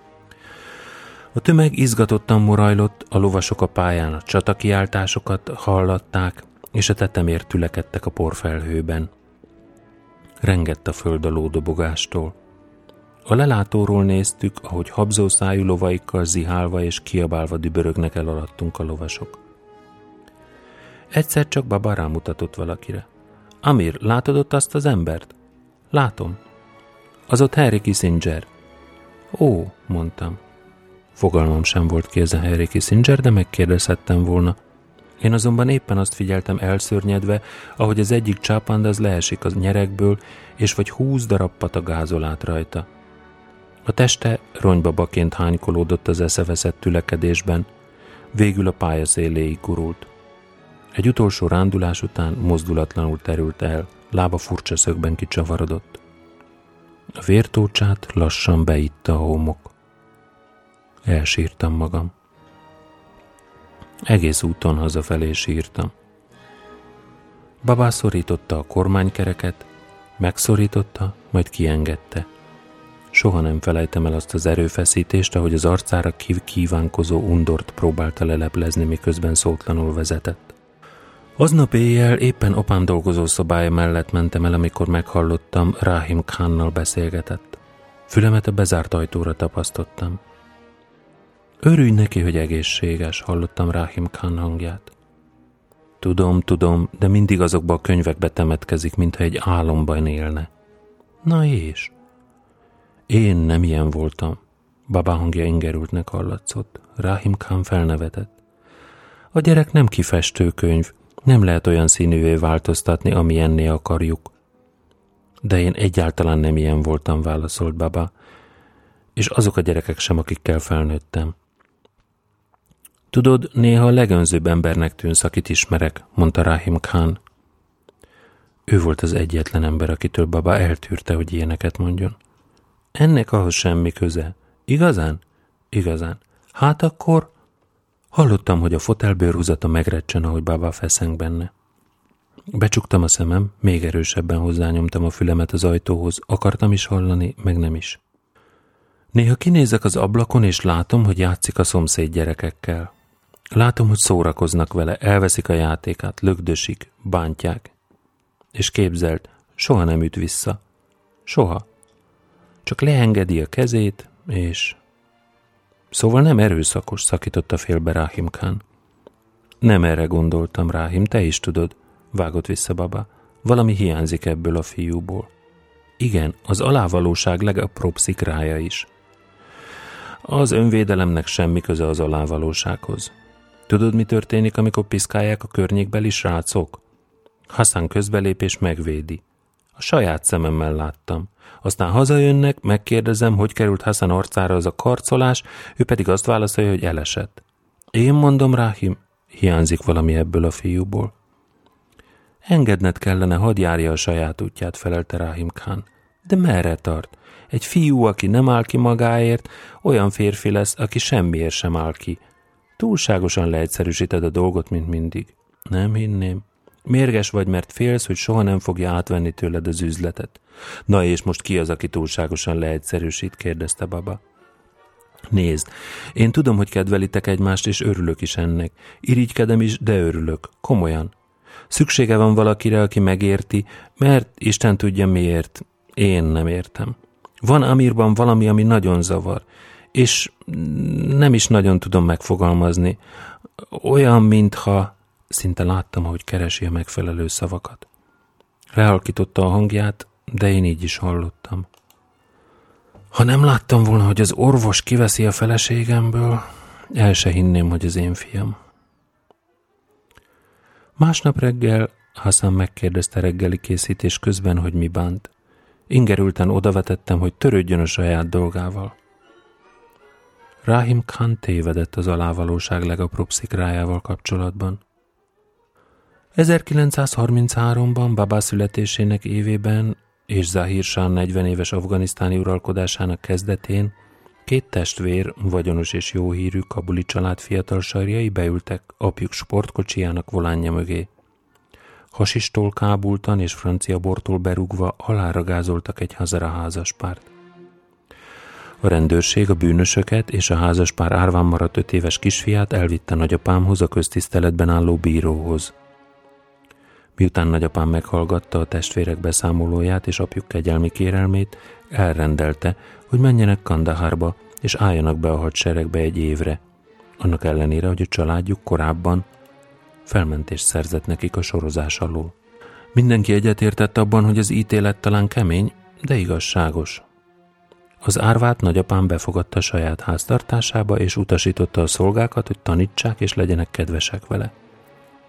A tömeg izgatottan morajlott, a lovasok a pályán a csatakiáltásokat hallatták, és a tetemért tülekedtek a porfelhőben. Rengett a föld a lódobogástól. A lelátóról néztük, ahogy habzószájú lovaikkal zihálva és kiabálva dübörögnek el alattunk a lovasok. Egyszer csak Baba rámutatott valakire. Amir, látod ott azt az embert? Látom. Az ott Henry Kissinger. Ó, mondtam. Fogalmam sem volt ki ez a Henry Kissinger, de megkérdezhettem volna. Én azonban éppen azt figyeltem elszörnyedve, ahogy az egyik csápándaz leesik az nyerekből, és vagy 20 darab pata gázol át rajta. A teste rongybabaként hánykolódott az eszeveszett tülekedésben, végül a pálya széléig gurult. Egy utolsó rándulás után mozdulatlanul terült el, lába furcsa szögben kicsavarodott. A vértócsát lassan beitta a homok. Elsírtam magam. Egész úton hazafelé sírtam. Baba szorította a kormánykereket, megszorította, majd kiengedte. Soha nem felejtem el azt az erőfeszítést, ahogy az arcára kívánkozó undort próbálta leleplezni, miközben szótlanul vezetett. Aznap éjjel éppen apám dolgozószobája mellett mentem el, amikor meghallottam, Rahim Khannal beszélgetett. Fülemet a bezárt ajtóra tapasztottam. Örülj neki, hogy egészséges, hallottam Rahim Khan hangját. Tudom, de mindig azokba a könyvekbe temetkezik, mintha egy álomban élne. Na és? Én nem ilyen voltam. Baba hangja ingerültnek hallatszott. Rahim Khan felnevetett. A gyerek nem kifestő könyv, nem lehet olyan színűvé változtatni, amilyenné akarjuk. De én egyáltalán nem ilyen voltam, válaszolt Baba, és azok a gyerekek sem, akikkel felnőttem. Tudod, néha a legönzőbb embernek tűnsz, akit ismerek, mondta Rahim Khan. Ő volt az egyetlen ember, akitől Baba eltűrte, hogy ilyeneket mondjon. Ennek ahhoz semmi köze. Igazán? Igazán. Hát akkor... Hallottam, hogy a fotelbőrhúzata megrecsen, ahogy Baba feszeng benne. Becsuktam a szemem, még erősebben hozzányomtam a fülemet az ajtóhoz, akartam is hallani, meg nem is. Néha kinézek az ablakon, és látom, hogy játszik a szomszéd gyerekekkel. Látom, hogy szórakoznak vele, elveszik a játékát, lögdösik, bántják. És képzeld, soha nem üt vissza. Soha. Csak leengedi a kezét, és... Szóval nem erőszakos, szakította félbe Rahim Khan. Nem erre gondoltam, Rahim, te is tudod, vágott vissza Baba. Valami hiányzik ebből a fiúból. Igen, az alávalóság legapróbb szikrája is. Az önvédelemnek semmi köze az alávalósághoz. Tudod, mi történik, amikor piszkálják a környékbeli srácok? Hasan közbelép és megvédi. A saját szememmel láttam. Aztán hazajönnek, megkérdezem, hogy került Hasan arcára az a karcolás, ő pedig azt válaszolja, hogy elesett. Én mondom, Rahim, hiányzik valami ebből a fiúból. Engedned kellene, hadd járja a saját útját, felelte Rahim Khan. De merre tart? Egy fiú, aki nem áll ki magáért, olyan férfi lesz, aki semmiért sem áll ki. Túlságosan leegyszerűsíted a dolgot, mint mindig. Nem hinném. Mérges vagy, mert félsz, hogy soha nem fogja átvenni tőled az üzletet. Na és most ki az, aki túlságosan leegyszerűsít? Kérdezte Baba. Nézd, én tudom, hogy kedvelitek egymást, és örülök is ennek. Irigykedem is, de örülök. Komolyan. Szüksége van valakire, aki megérti, mert Isten tudja miért. Én nem értem. Van Amirban valami, ami nagyon zavar, és nem is nagyon tudom megfogalmazni. Olyan, mintha... Szinte láttam, ahogy keresi a megfelelő szavakat. Lehalkította a hangját, de én így is hallottam. Ha nem láttam volna, hogy az orvos kiveszi a feleségemből, el se hinném, hogy az én fiam. Másnap reggel Hasan megkérdezte reggeli készítés közben, hogy mi bánt. Ingerülten odavetettem, hogy törődjön a saját dolgával. Rahim Khan tévedett az alávalóság legapróbb szikrájával kapcsolatban. 1933-ban Baba születésének évében és Zahir Shah 40 éves afganisztáni uralkodásának kezdetén 2 testvér, vagyonos és jó hírű kabuli család fiatal sarjai beültek apjuk sportkocsijának volánja mögé. Hasistól kábultan és francia bortól berúgva halálra gázoltak egy hazara házaspárt. A rendőrség a bűnösöket és a házaspár árván maradt 5 éves kisfiát elvitte nagyapámhoz, a köztiszteletben álló bíróhoz. Miután nagyapám meghallgatta a testvérek beszámolóját és apjuk kegyelmi kérelmét, elrendelte, hogy menjenek Kandaharba és álljanak be a hadseregbe egy évre. Annak ellenére, hogy a családjuk korábban felmentést szerzett nekik a sorozás alól. Mindenki egyetértett abban, hogy az ítélet talán kemény, de igazságos. Az árvát nagyapám befogadta saját háztartásába, és utasította a szolgákat, hogy tanítsák és legyenek kedvesek vele.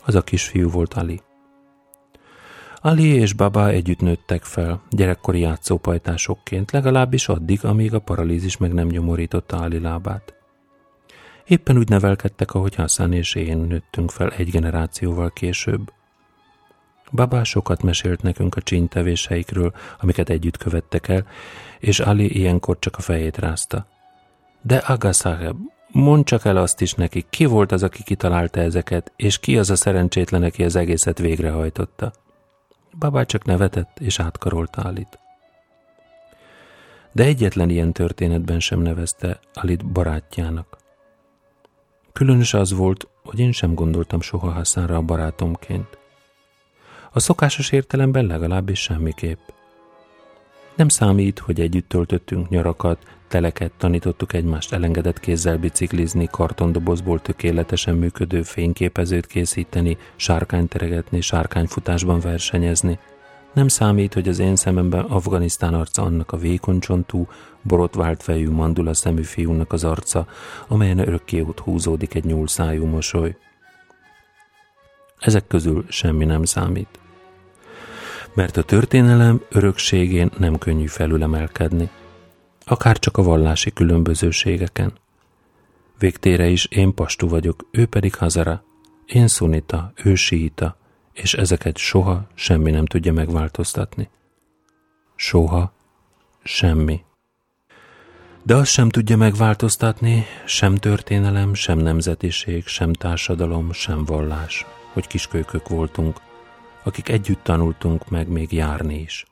Az a kisfiú volt Ali. Ali és Baba együtt nőttek fel, gyerekkori játszópajtásokként, legalábbis addig, amíg a paralízis meg nem nyomorította Ali lábát. Éppen úgy nevelkedtek, ahogy Hassan és én nőttünk fel egy generációval később. Baba sokat mesélt nekünk a csíntevéseikről, amiket együtt követtek el, és Ali ilyenkor csak a fejét rázta. De Aga Saheb, mondd csak el azt is neki, ki volt az, aki kitalálta ezeket, és ki az a szerencsétlen, aki az egészet végrehajtotta. Baba csak nevetett, és átkarolta Alit. De egyetlen ilyen történetben sem nevezte Alit barátjának. Különös az volt, hogy én sem gondoltam soha Hassanra a barátomként. A szokásos értelemben legalábbis semmiképp. Nem számít, hogy együtt töltöttünk nyarakat, teleket, tanítottuk egymást elengedett kézzel biciklizni, kartondobozból tökéletesen működő fényképezőt készíteni, sárkányt teregetni, sárkányfutásban versenyezni. Nem számít, hogy az én szememben Afganisztán arca annak a vékony csontú, borotvált fejű mandula szemű fiúnak az arca, amelyen örökké ott húzódik egy nyúlszájú mosoly. Ezek közül semmi nem számít. Mert a történelem örökségén nem könnyű felülemelkedni. Akár csak a vallási különbözőségeken. Végtére is én pastu vagyok, ő pedig hazara, én szunita, ő síita, és ezeket soha semmi nem tudja megváltoztatni. Soha semmi. De azt sem tudja megváltoztatni, sem történelem, sem nemzetiség, sem társadalom, sem vallás, hogy kiskölykök voltunk, akik együtt tanultunk meg még járni is.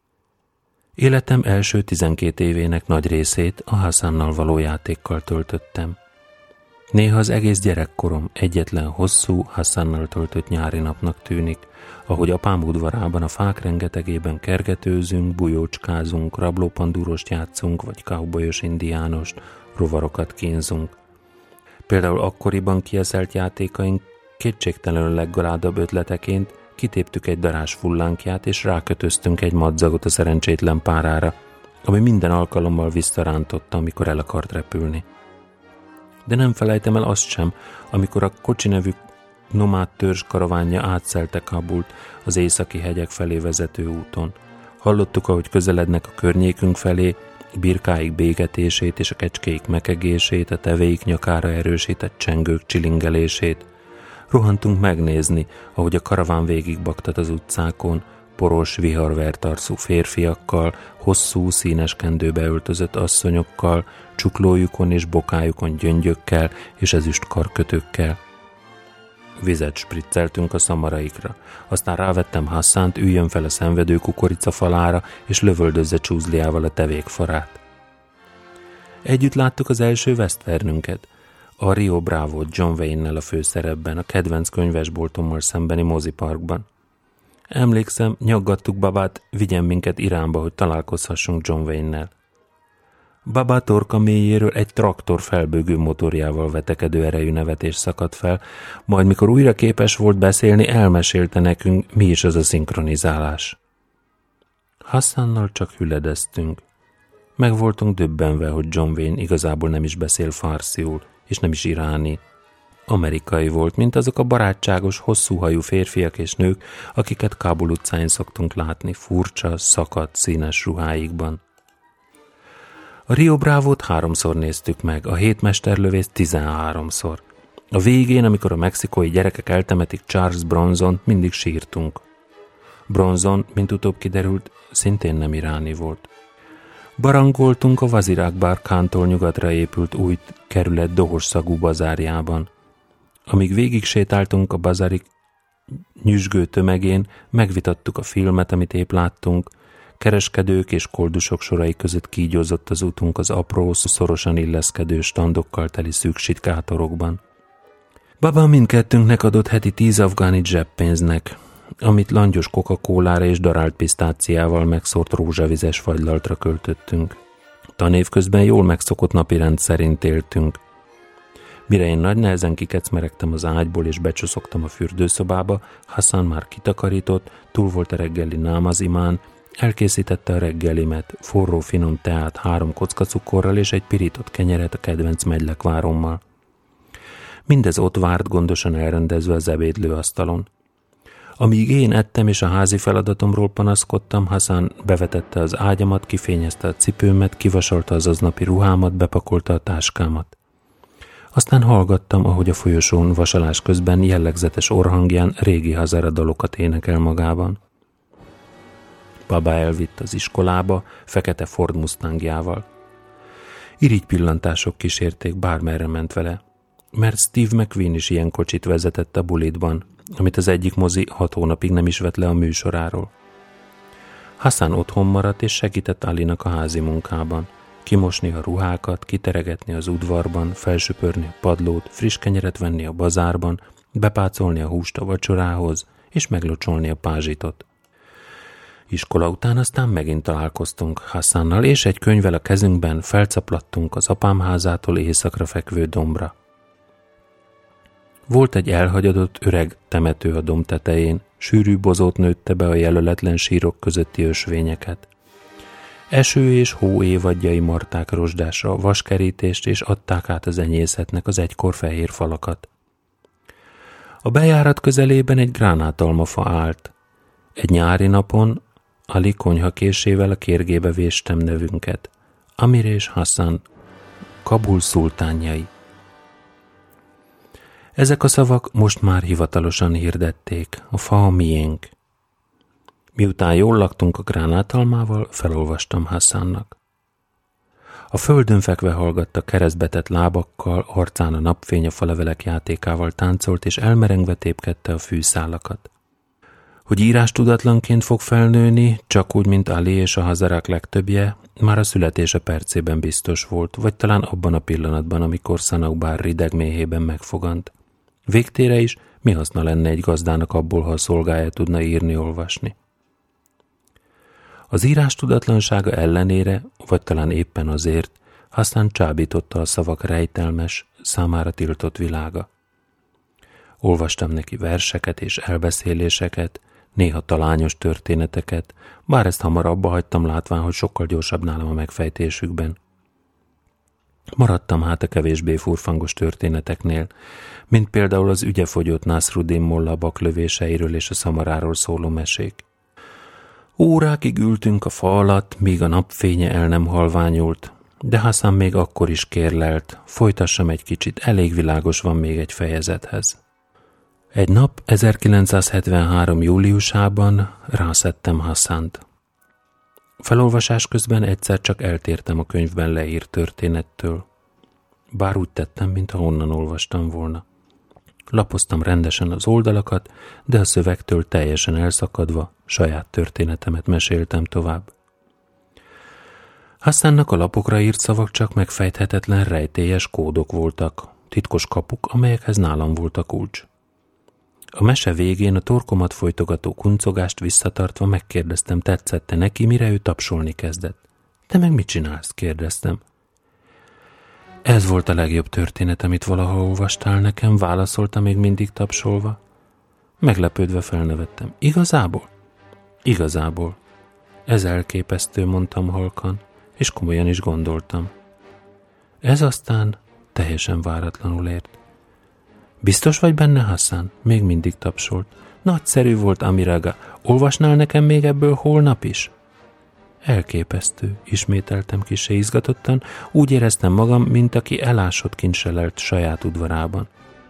Életem első 12 évének nagy részét a Hassannal való játékkal töltöttem. Néha az egész gyerekkorom egyetlen hosszú Hassannal töltött nyári napnak tűnik, ahogy apám udvarában a fák rengetegében kergetőzünk, bujócskázunk, rablópandúrost játszunk, vagy cowboyos indiánost, rovarokat kínzunk. Például akkoriban kieszelt játékaink kétségtelenül leggaládabb ötleteként kitéptük egy darázs fullánkját, és rákötöztünk egy madzagot a szerencsétlen párára, ami minden alkalommal visszarántotta, amikor el akart repülni. De nem felejtem el azt sem, amikor a Kocsi nevű nomád törzs karavánja átszelte Kabult az északi hegyek felé vezető úton. Hallottuk, ahogy közelednek a környékünk felé, birkáik bégetését és a kecskéik mekegését, a tevéik nyakára erősített csengők csilingelését. Rohantunk megnézni, ahogy a karaván végigbaktat az utcákon, poros, viharvert arcú férfiakkal, hosszú, színes kendőbe öltözött asszonyokkal, csuklójukon és bokájukon gyöngyökkel és ezüst karkötőkkel. Vizet spricceltünk a szamaraikra, aztán rávettem Hassant, üljön fel a szenvedő kukorica falára, és lövöldözze csúzliával a tevékfarát. Együtt láttuk az első westernünket, a Rio Bravo John Wayne-nel a főszerepben, a kedvenc könyvesboltommal szembeni moziparkban. Emlékszem, nyaggattuk Babát, vigyen minket Iránba, hogy találkozhassunk John Wayne-nel. Baba torka mélyéről egy traktor felbőgő motorjával vetekedő erejű nevetés szakadt fel, majd mikor újra képes volt beszélni, elmesélte nekünk, mi is az a szinkronizálás. Hassannal csak hüledeztünk. Meg voltunk döbbenve, hogy John Wayne igazából nem is beszél farszíul, és nem is iráni. Amerikai volt, mint azok a barátságos, hosszúhajú férfiak és nők, akiket Kábul utcáin szoktunk látni, furcsa, szakadt, színes ruháikban. A Rio Bravo-t 3-szor néztük meg, a 7 mesterlövészt 13-szor. A végén, amikor a mexikói gyerekek eltemetik Charles Bronzont, mindig sírtunk. Bronzon, mint utóbb kiderült, szintén nem iráni volt. Barangoltunk a Wazir Akbar Khantól nyugatra épült új kerület dohos szagú bazárjában. Amíg végig sétáltunk a bazárik nyüzsgő tömegén, megvitattuk a filmet, amit épp láttunk. Kereskedők és koldusok sorai között kígyózott az útunk az apró, szorosan illeszkedő standokkal teli szűk sitkátorokban. Baba mindkettőnknek adott heti 10 afgáni zseppénznek, amit langyos Coca-Colára és darált pisztáciával megszórt rózsavizes fagylaltra költöttünk. Tanév közben jól megszokott napirend szerint éltünk. Mire én nagy nehezen kikecmeregtem az ágyból és becsoszogtam a fürdőszobába, Hassan már kitakarított, túl volt a reggeli námazimán, elkészítette a reggelimet, forró finom teát 3 kocka cukorral és egy pirított kenyeret a kedvenc megylekvárommal. Mindez ott várt gondosan elrendezve az ebédlőasztalon. Amíg én ettem és a házi feladatomról panaszkodtam, Hasan bevetette az ágyamat, kifényezte a cipőmet, kivasalta az aznapi ruhámat, bepakolta a táskámat. Aztán hallgattam, ahogy a folyosón vasalás közben jellegzetes orrhangján régi hazara dalokat énekel magában. Baba elvitt az iskolába, fekete Ford Mustangjával. Irigy pillantások kísérték, bármerre ment vele, mert Steve McQueen is ilyen kocsit vezetett a bulitban, amit az egyik mozi 6 hónapig nem is vett le a műsoráról. Hasan otthon maradt és segített Alinak a házi munkában. Kimosni a ruhákat, kiteregetni az udvarban, felsöpörni a padlót, friss kenyeret venni a bazárban, bepácolni a húst a vacsorához, és meglocsolni a pázsitot. Iskola után aztán megint találkoztunk Hasannal, és egy könyvvel a kezünkben felcaplattunk az apám házától északra fekvő dombra. Volt egy elhagyadott öreg temető a domb tetején, sűrű bozót nőtte be a jelöletlen sírok közötti ösvényeket. Eső és hó évadjai marták rozsdásra a vaskerítést, és adták át az enyészetnek az egykor fehér falakat. A bejárat közelében egy gránátalmafa állt. Egy nyári napon Ali konyhakésével a kérgébe véstem nevünket. Amir és Hasan, Kabul szultánjai. Ezek a szavak most már hivatalosan hirdették, a fa a miénk. Miután jól laktunk a gránátalmával, felolvastam Hasannak. A földön fekve hallgatta, keresztbetett lábakkal, arcán a napfény a falevelek játékával táncolt, és elmerengve tépkedte a fűszálakat. Hogy írástudatlanként fog felnőni, csak úgy, mint Ali és a hazarák legtöbbje, már a születése percében biztos volt, vagy talán abban a pillanatban, amikor Szanakbár rideg méhében megfogant. Végtére is mi haszna lenne egy gazdának abból, ha a szolgája tudna írni-olvasni. Az írástudatlansága ellenére, vagy talán éppen azért, aztán csábította a szavak rejtelmes, számára tiltott világa. Olvastam neki verseket és elbeszéléseket, néha talányos történeteket, bár ezt hamar abba hagytam, látván, hogy sokkal gyorsabb nálam a megfejtésükben. Maradtam hát a kevésbé furfangos történeteknél, mint például az ügyefogyott Nasruddin molla baklövéseiről és a szamaráról szóló mesék. Órákig ültünk a fa alatt, míg a napfénye el nem halványult, de Hasan még akkor is kérlelt, folytassam egy kicsit, elég világos van még egy fejezethez. Egy nap 1973. júliusában rászettem Hasant. Felolvasás közben egyszer csak eltértem a könyvben leírt történettől. Bár úgy tettem, mintha onnan olvastam volna. Lapoztam rendesen az oldalakat, de a szövegtől teljesen elszakadva saját történetemet meséltem tovább. Hasannak a lapokra írt szavak csak megfejthetetlen rejtélyes kódok voltak, titkos kapuk, amelyekhez nálam volt a kulcs. A mese végén a torkomat folytogató kuncogást visszatartva megkérdeztem, tetszette neki, mire ő tapsolni kezdett. Te meg mit csinálsz? Kérdeztem. Ez volt a legjobb történet, amit valaha olvastál nekem, válaszolta még mindig tapsolva. Meglepődve felnevettem. Igazából? Igazából. Ez elképesztő, mondtam halkan, és komolyan is gondoltam. Ez aztán teljesen váratlanul ért. Biztos vagy benne, Hasan? Még mindig tapsolt. Nagyszerű volt, Amir aga. Olvasnál nekem még ebből holnap is? Elképesztő, ismételtem kissé izgatottan, úgy éreztem magam, mint aki elásott kincselelt saját udvarában.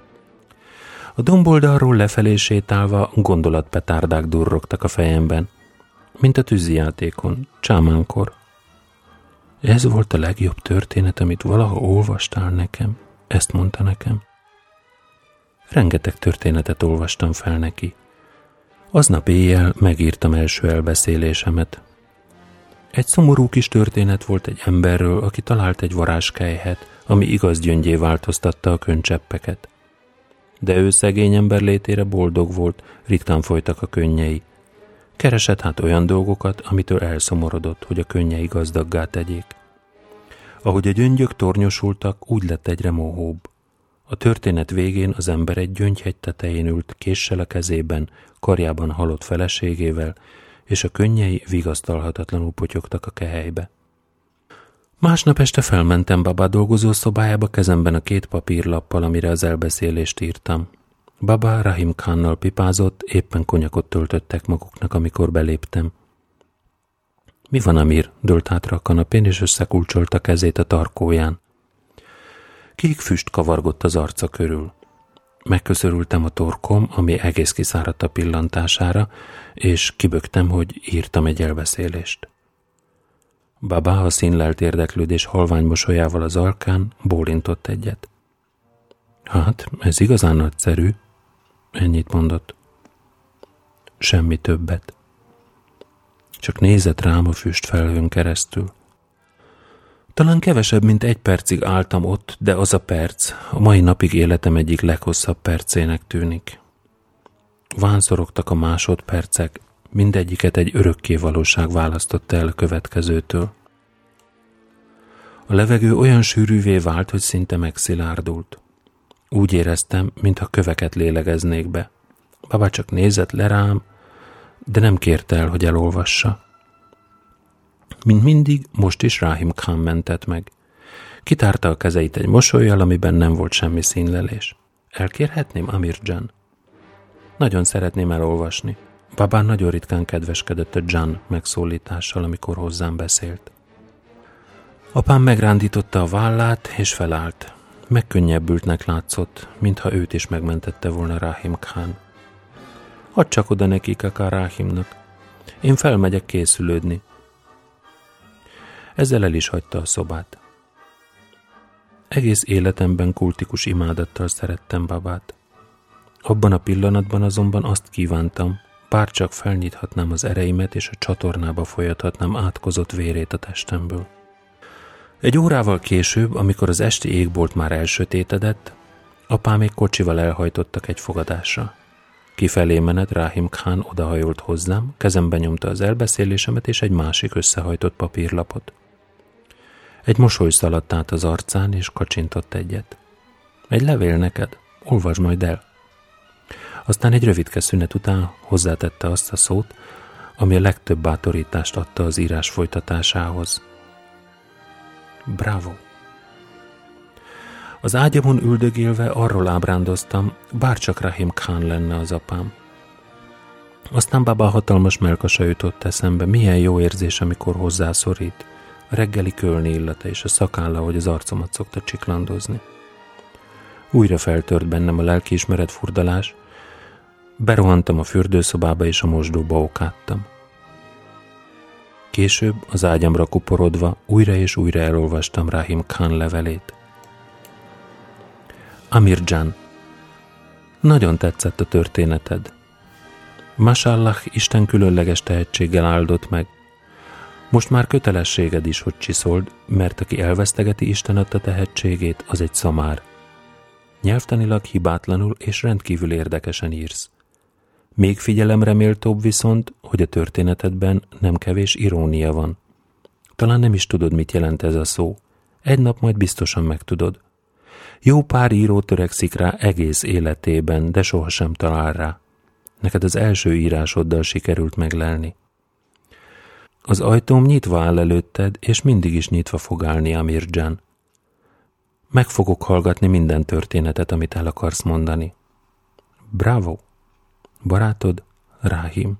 A domboldalról lefelé sétálva gondolatpetárdák durrogtak a fejemben, mint a tűzijátékon, csámánkor. Ez volt a legjobb történet, amit valaha olvastál nekem, ezt mondta nekem. Rengeteg történetet olvastam fel neki. Aznap éjjel megírtam első elbeszélésemet. Egy szomorú kis történet volt egy emberről, aki talált egy varázskelyhet, ami igaz gyöngyé változtatta a könycseppeket. De ő szegény ember létére boldog volt, ritkán folytak a könnyei. Keresett hát olyan dolgokat, amitől elszomorodott, hogy a könnyei gazdaggá tegyék. Ahogy a gyöngyök tornyosultak, úgy lett egyre mohóbb. A történet végén az ember egy gyöngyhegy tetején ült késsel a kezében, karjában halott feleségével, és a könnyei vigasztalhatatlanul potyogtak a kehelybe. Másnap este felmentem Baba dolgozószobájába kezemben a 2 papírlappal, amire az elbeszélést írtam. Baba Rahim Khannal pipázott, éppen konyakot töltöttek maguknak, amikor beléptem. Mi van, Amir? Dőlt hátra a kanapén, és összekulcsolta kezét a tarkóján. Kék füst kavargott az arca körül. Megköszörültem a torkom, ami egész kiszáradt a pillantására, és kiböktem, hogy írtam egy elbeszélést. Baba a színlelt érdeklődés halvány mosolyával az arcán bólintott egyet. Hát, ez igazán nagyszerű, ennyit mondott. Semmi többet. Csak nézett rám a füstfelhőn keresztül. Talán kevesebb, mint 1 percig álltam ott, de az a perc a mai napig életem egyik leghosszabb percének tűnik. Vánszorogtak a másodpercek, mindegyiket egy örökké valóság választotta el a következőtől. A levegő olyan sűrűvé vált, hogy szinte megszilárdult. Úgy éreztem, mintha köveket lélegeznék be. Baba csak nézett le rám, de nem kérte el, hogy elolvassa. Mint mindig, most is Rahim Khan mentett meg. Kitárta a kezeit egy mosollyal, amiben nem volt semmi színlelés. Elkérhetném, Amirjan? Nagyon szeretném elolvasni. Babán nagyon ritkán kedveskedett a Jan megszólítással, amikor hozzám beszélt. Apám megrándította a vállát, és felállt. Megkönnyebbültnek látszott, mintha őt is megmentette volna Rahim Khan. Add csak oda neki Kaka Rahimnak. Én felmegyek készülődni. Ezzel el is hagyta a szobát. Egész életemben kultikus imádattal szerettem Babát. Abban a pillanatban azonban azt kívántam, bárcsak felnyithatnám az ereimet, és a csatornába folyathatnám átkozott vérét a testemből. 1 órával később, amikor az esti égbolt már elsötétedett, apámék kocsival elhajtottak egy fogadásra. Kifelé menet Rahim Khan odahajolt hozzám, kezembe nyomta az elbeszélésemet és egy másik összehajtott papírlapot. Egy mosoly szaladt át az arcán, és kacsintott egyet. Egy levél neked, olvasd majd el. Aztán egy rövidke szünet után hozzátette azt a szót, ami a legtöbb bátorítást adta az írás folytatásához. Bravo! Az ágyamon üldögélve arról ábrándoztam, bárcsak Rahim Khan lenne az apám. Aztán Baba hatalmas mellkasa jutott eszembe, milyen jó érzés, amikor hozzászorít, a reggeli kölni illata és a szakálla, hogy az arcomat szokta csiklandozni. Újra feltört bennem a lelkiismeret furdalás, berohantam a fürdőszobába és a mosdóba okádtam. Később, az ágyamra kuporodva, újra és újra elolvastam Rahim Khan levelét. Amirjan, nagyon tetszett a történeted. Mashallah, Isten különleges tehetséggel áldott meg. Most már kötelességed is, hogy csiszold, mert aki elvesztegeti Isten adta tehetségét, az egy szamár. Nyelvtanilag hibátlanul és rendkívül érdekesen írsz. Még figyelemre méltóbb viszont, hogy a történetedben nem kevés irónia van. Talán nem is tudod, mit jelent ez a szó. Egy nap majd biztosan megtudod. Jó pár író törekszik rá egész életében, de sohasem talál rá. Neked az első írásoddal sikerült meglelni. Az ajtóm nyitva áll előtted, és mindig is nyitva fog állni, Amirjan. Meg fogok hallgatni minden történetet, amit el akarsz mondani. Bravo! Barátod, Rahim.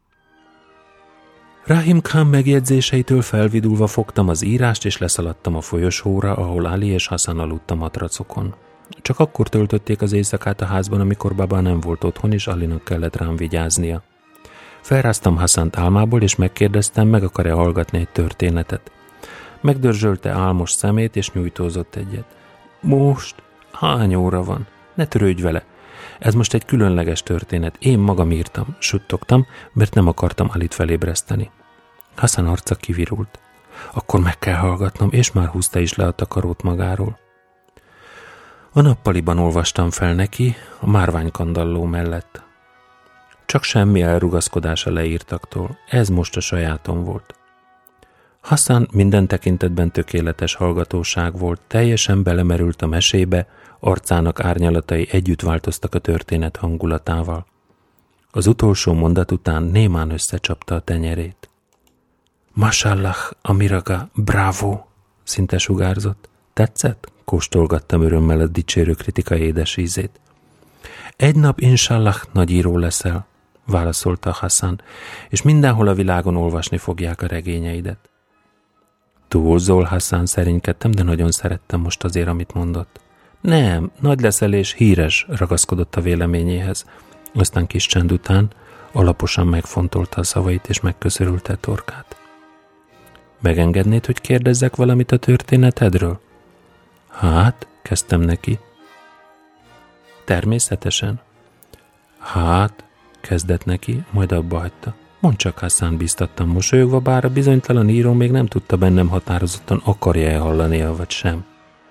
Rahim Khan megjegyzéseitől felvidulva fogtam az írást, és leszaladtam a folyosóra, ahol Ali és Hasan aludt a matracokon. Csak akkor töltötték az éjszakát a házban, amikor Baba nem volt otthon, és Alinak kellett rám vigyáznia. Felráztam Hasant álmából, és megkérdeztem, meg akar-e hallgatni egy történetet. Megdörzsölte álmos szemét, és nyújtózott egyet. Most? Hány óra van? Ne törődj vele! Ez most egy különleges történet. Én magam írtam, suttogtam, mert nem akartam Alit felébreszteni. Hasan arca kivirult. Akkor meg kell hallgatnom, és már húzta is le a takarót magáról. A nappaliban olvastam fel neki, a márványkandalló mellett. Csak semmi elrugaszkodás a leírtaktól. Ez most a sajátom volt. Hasan minden tekintetben tökéletes hallgatóság volt, teljesen belemerült a mesébe, arcának árnyalatai együtt változtak a történet hangulatával. Az utolsó mondat után némán összecsapta a tenyerét. Mashallah, Amiraga, bravo! szinte sugárzott. Tetszett? Kóstolgattam örömmel a dicsérő kritika édes ízét. Egy nap inshallah nagy író leszel, válaszolta Hasan, és mindenhol a világon olvasni fogják a regényeidet. Túlzol, Hasan, szerénykedtem, de nagyon szerettem most azért, amit mondott. Nem, nagy leszel és híres, ragaszkodott a véleményéhez. Aztán kis csend után alaposan megfontolta a szavait, és megköszörülte torkát. Megengednéd, hogy kérdezzek valamit a történetedről? Hát, kezdtem neki. Természetesen. Hát, kezdett neki, majd abba hagyta. Mondd csak, Hasan, bíztattam mosolyogva, bár a bizonytalan író még nem tudta bennem határozottan, akarja-e hallania, vagy sem.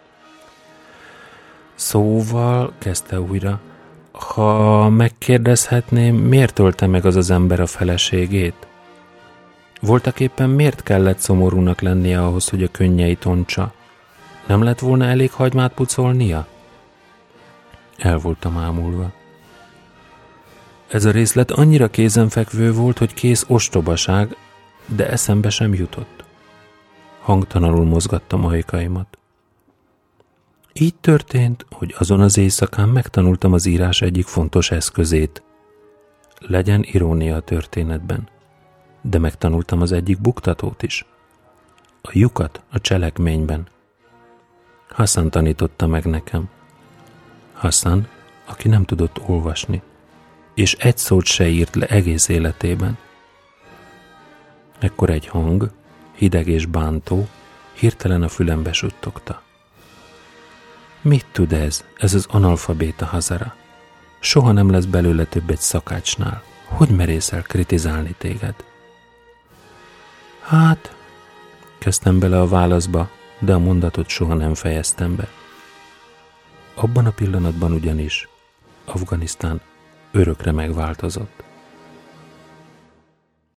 Szóval, kezdte újra, ha megkérdezhetném, miért ölte meg az ember a feleségét? Voltaképpen miért kellett szomorúnak lennie ahhoz, hogy a könnyeit ontsa? Nem lett volna elég hagymát pucolnia? El voltam ámulva. Ez a részlet annyira kézenfekvő volt, hogy kész ostobaság, de eszembe sem jutott. Hangtalanul mozgattam ajkaimat. Így történt, hogy azon az éjszakán megtanultam az írás egyik fontos eszközét. Legyen irónia a történetben, de megtanultam az egyik buktatót is. A lyukat a cselekményben. Hasan tanította meg nekem. Hasan, aki nem tudott olvasni, és egy szót se írt le egész életében. Ekkor egy hang, hideg és bántó, hirtelen a fülembe suttogta. Mit tud ez az analfabéta Hazara? Soha nem lesz belőle több egy szakácsnál. Hogy merészel kritizálni téged? Hát, kezdtem bele a válaszba, de a mondatot soha nem fejeztem be. Abban a pillanatban ugyanis Afganisztán örökre megváltozott.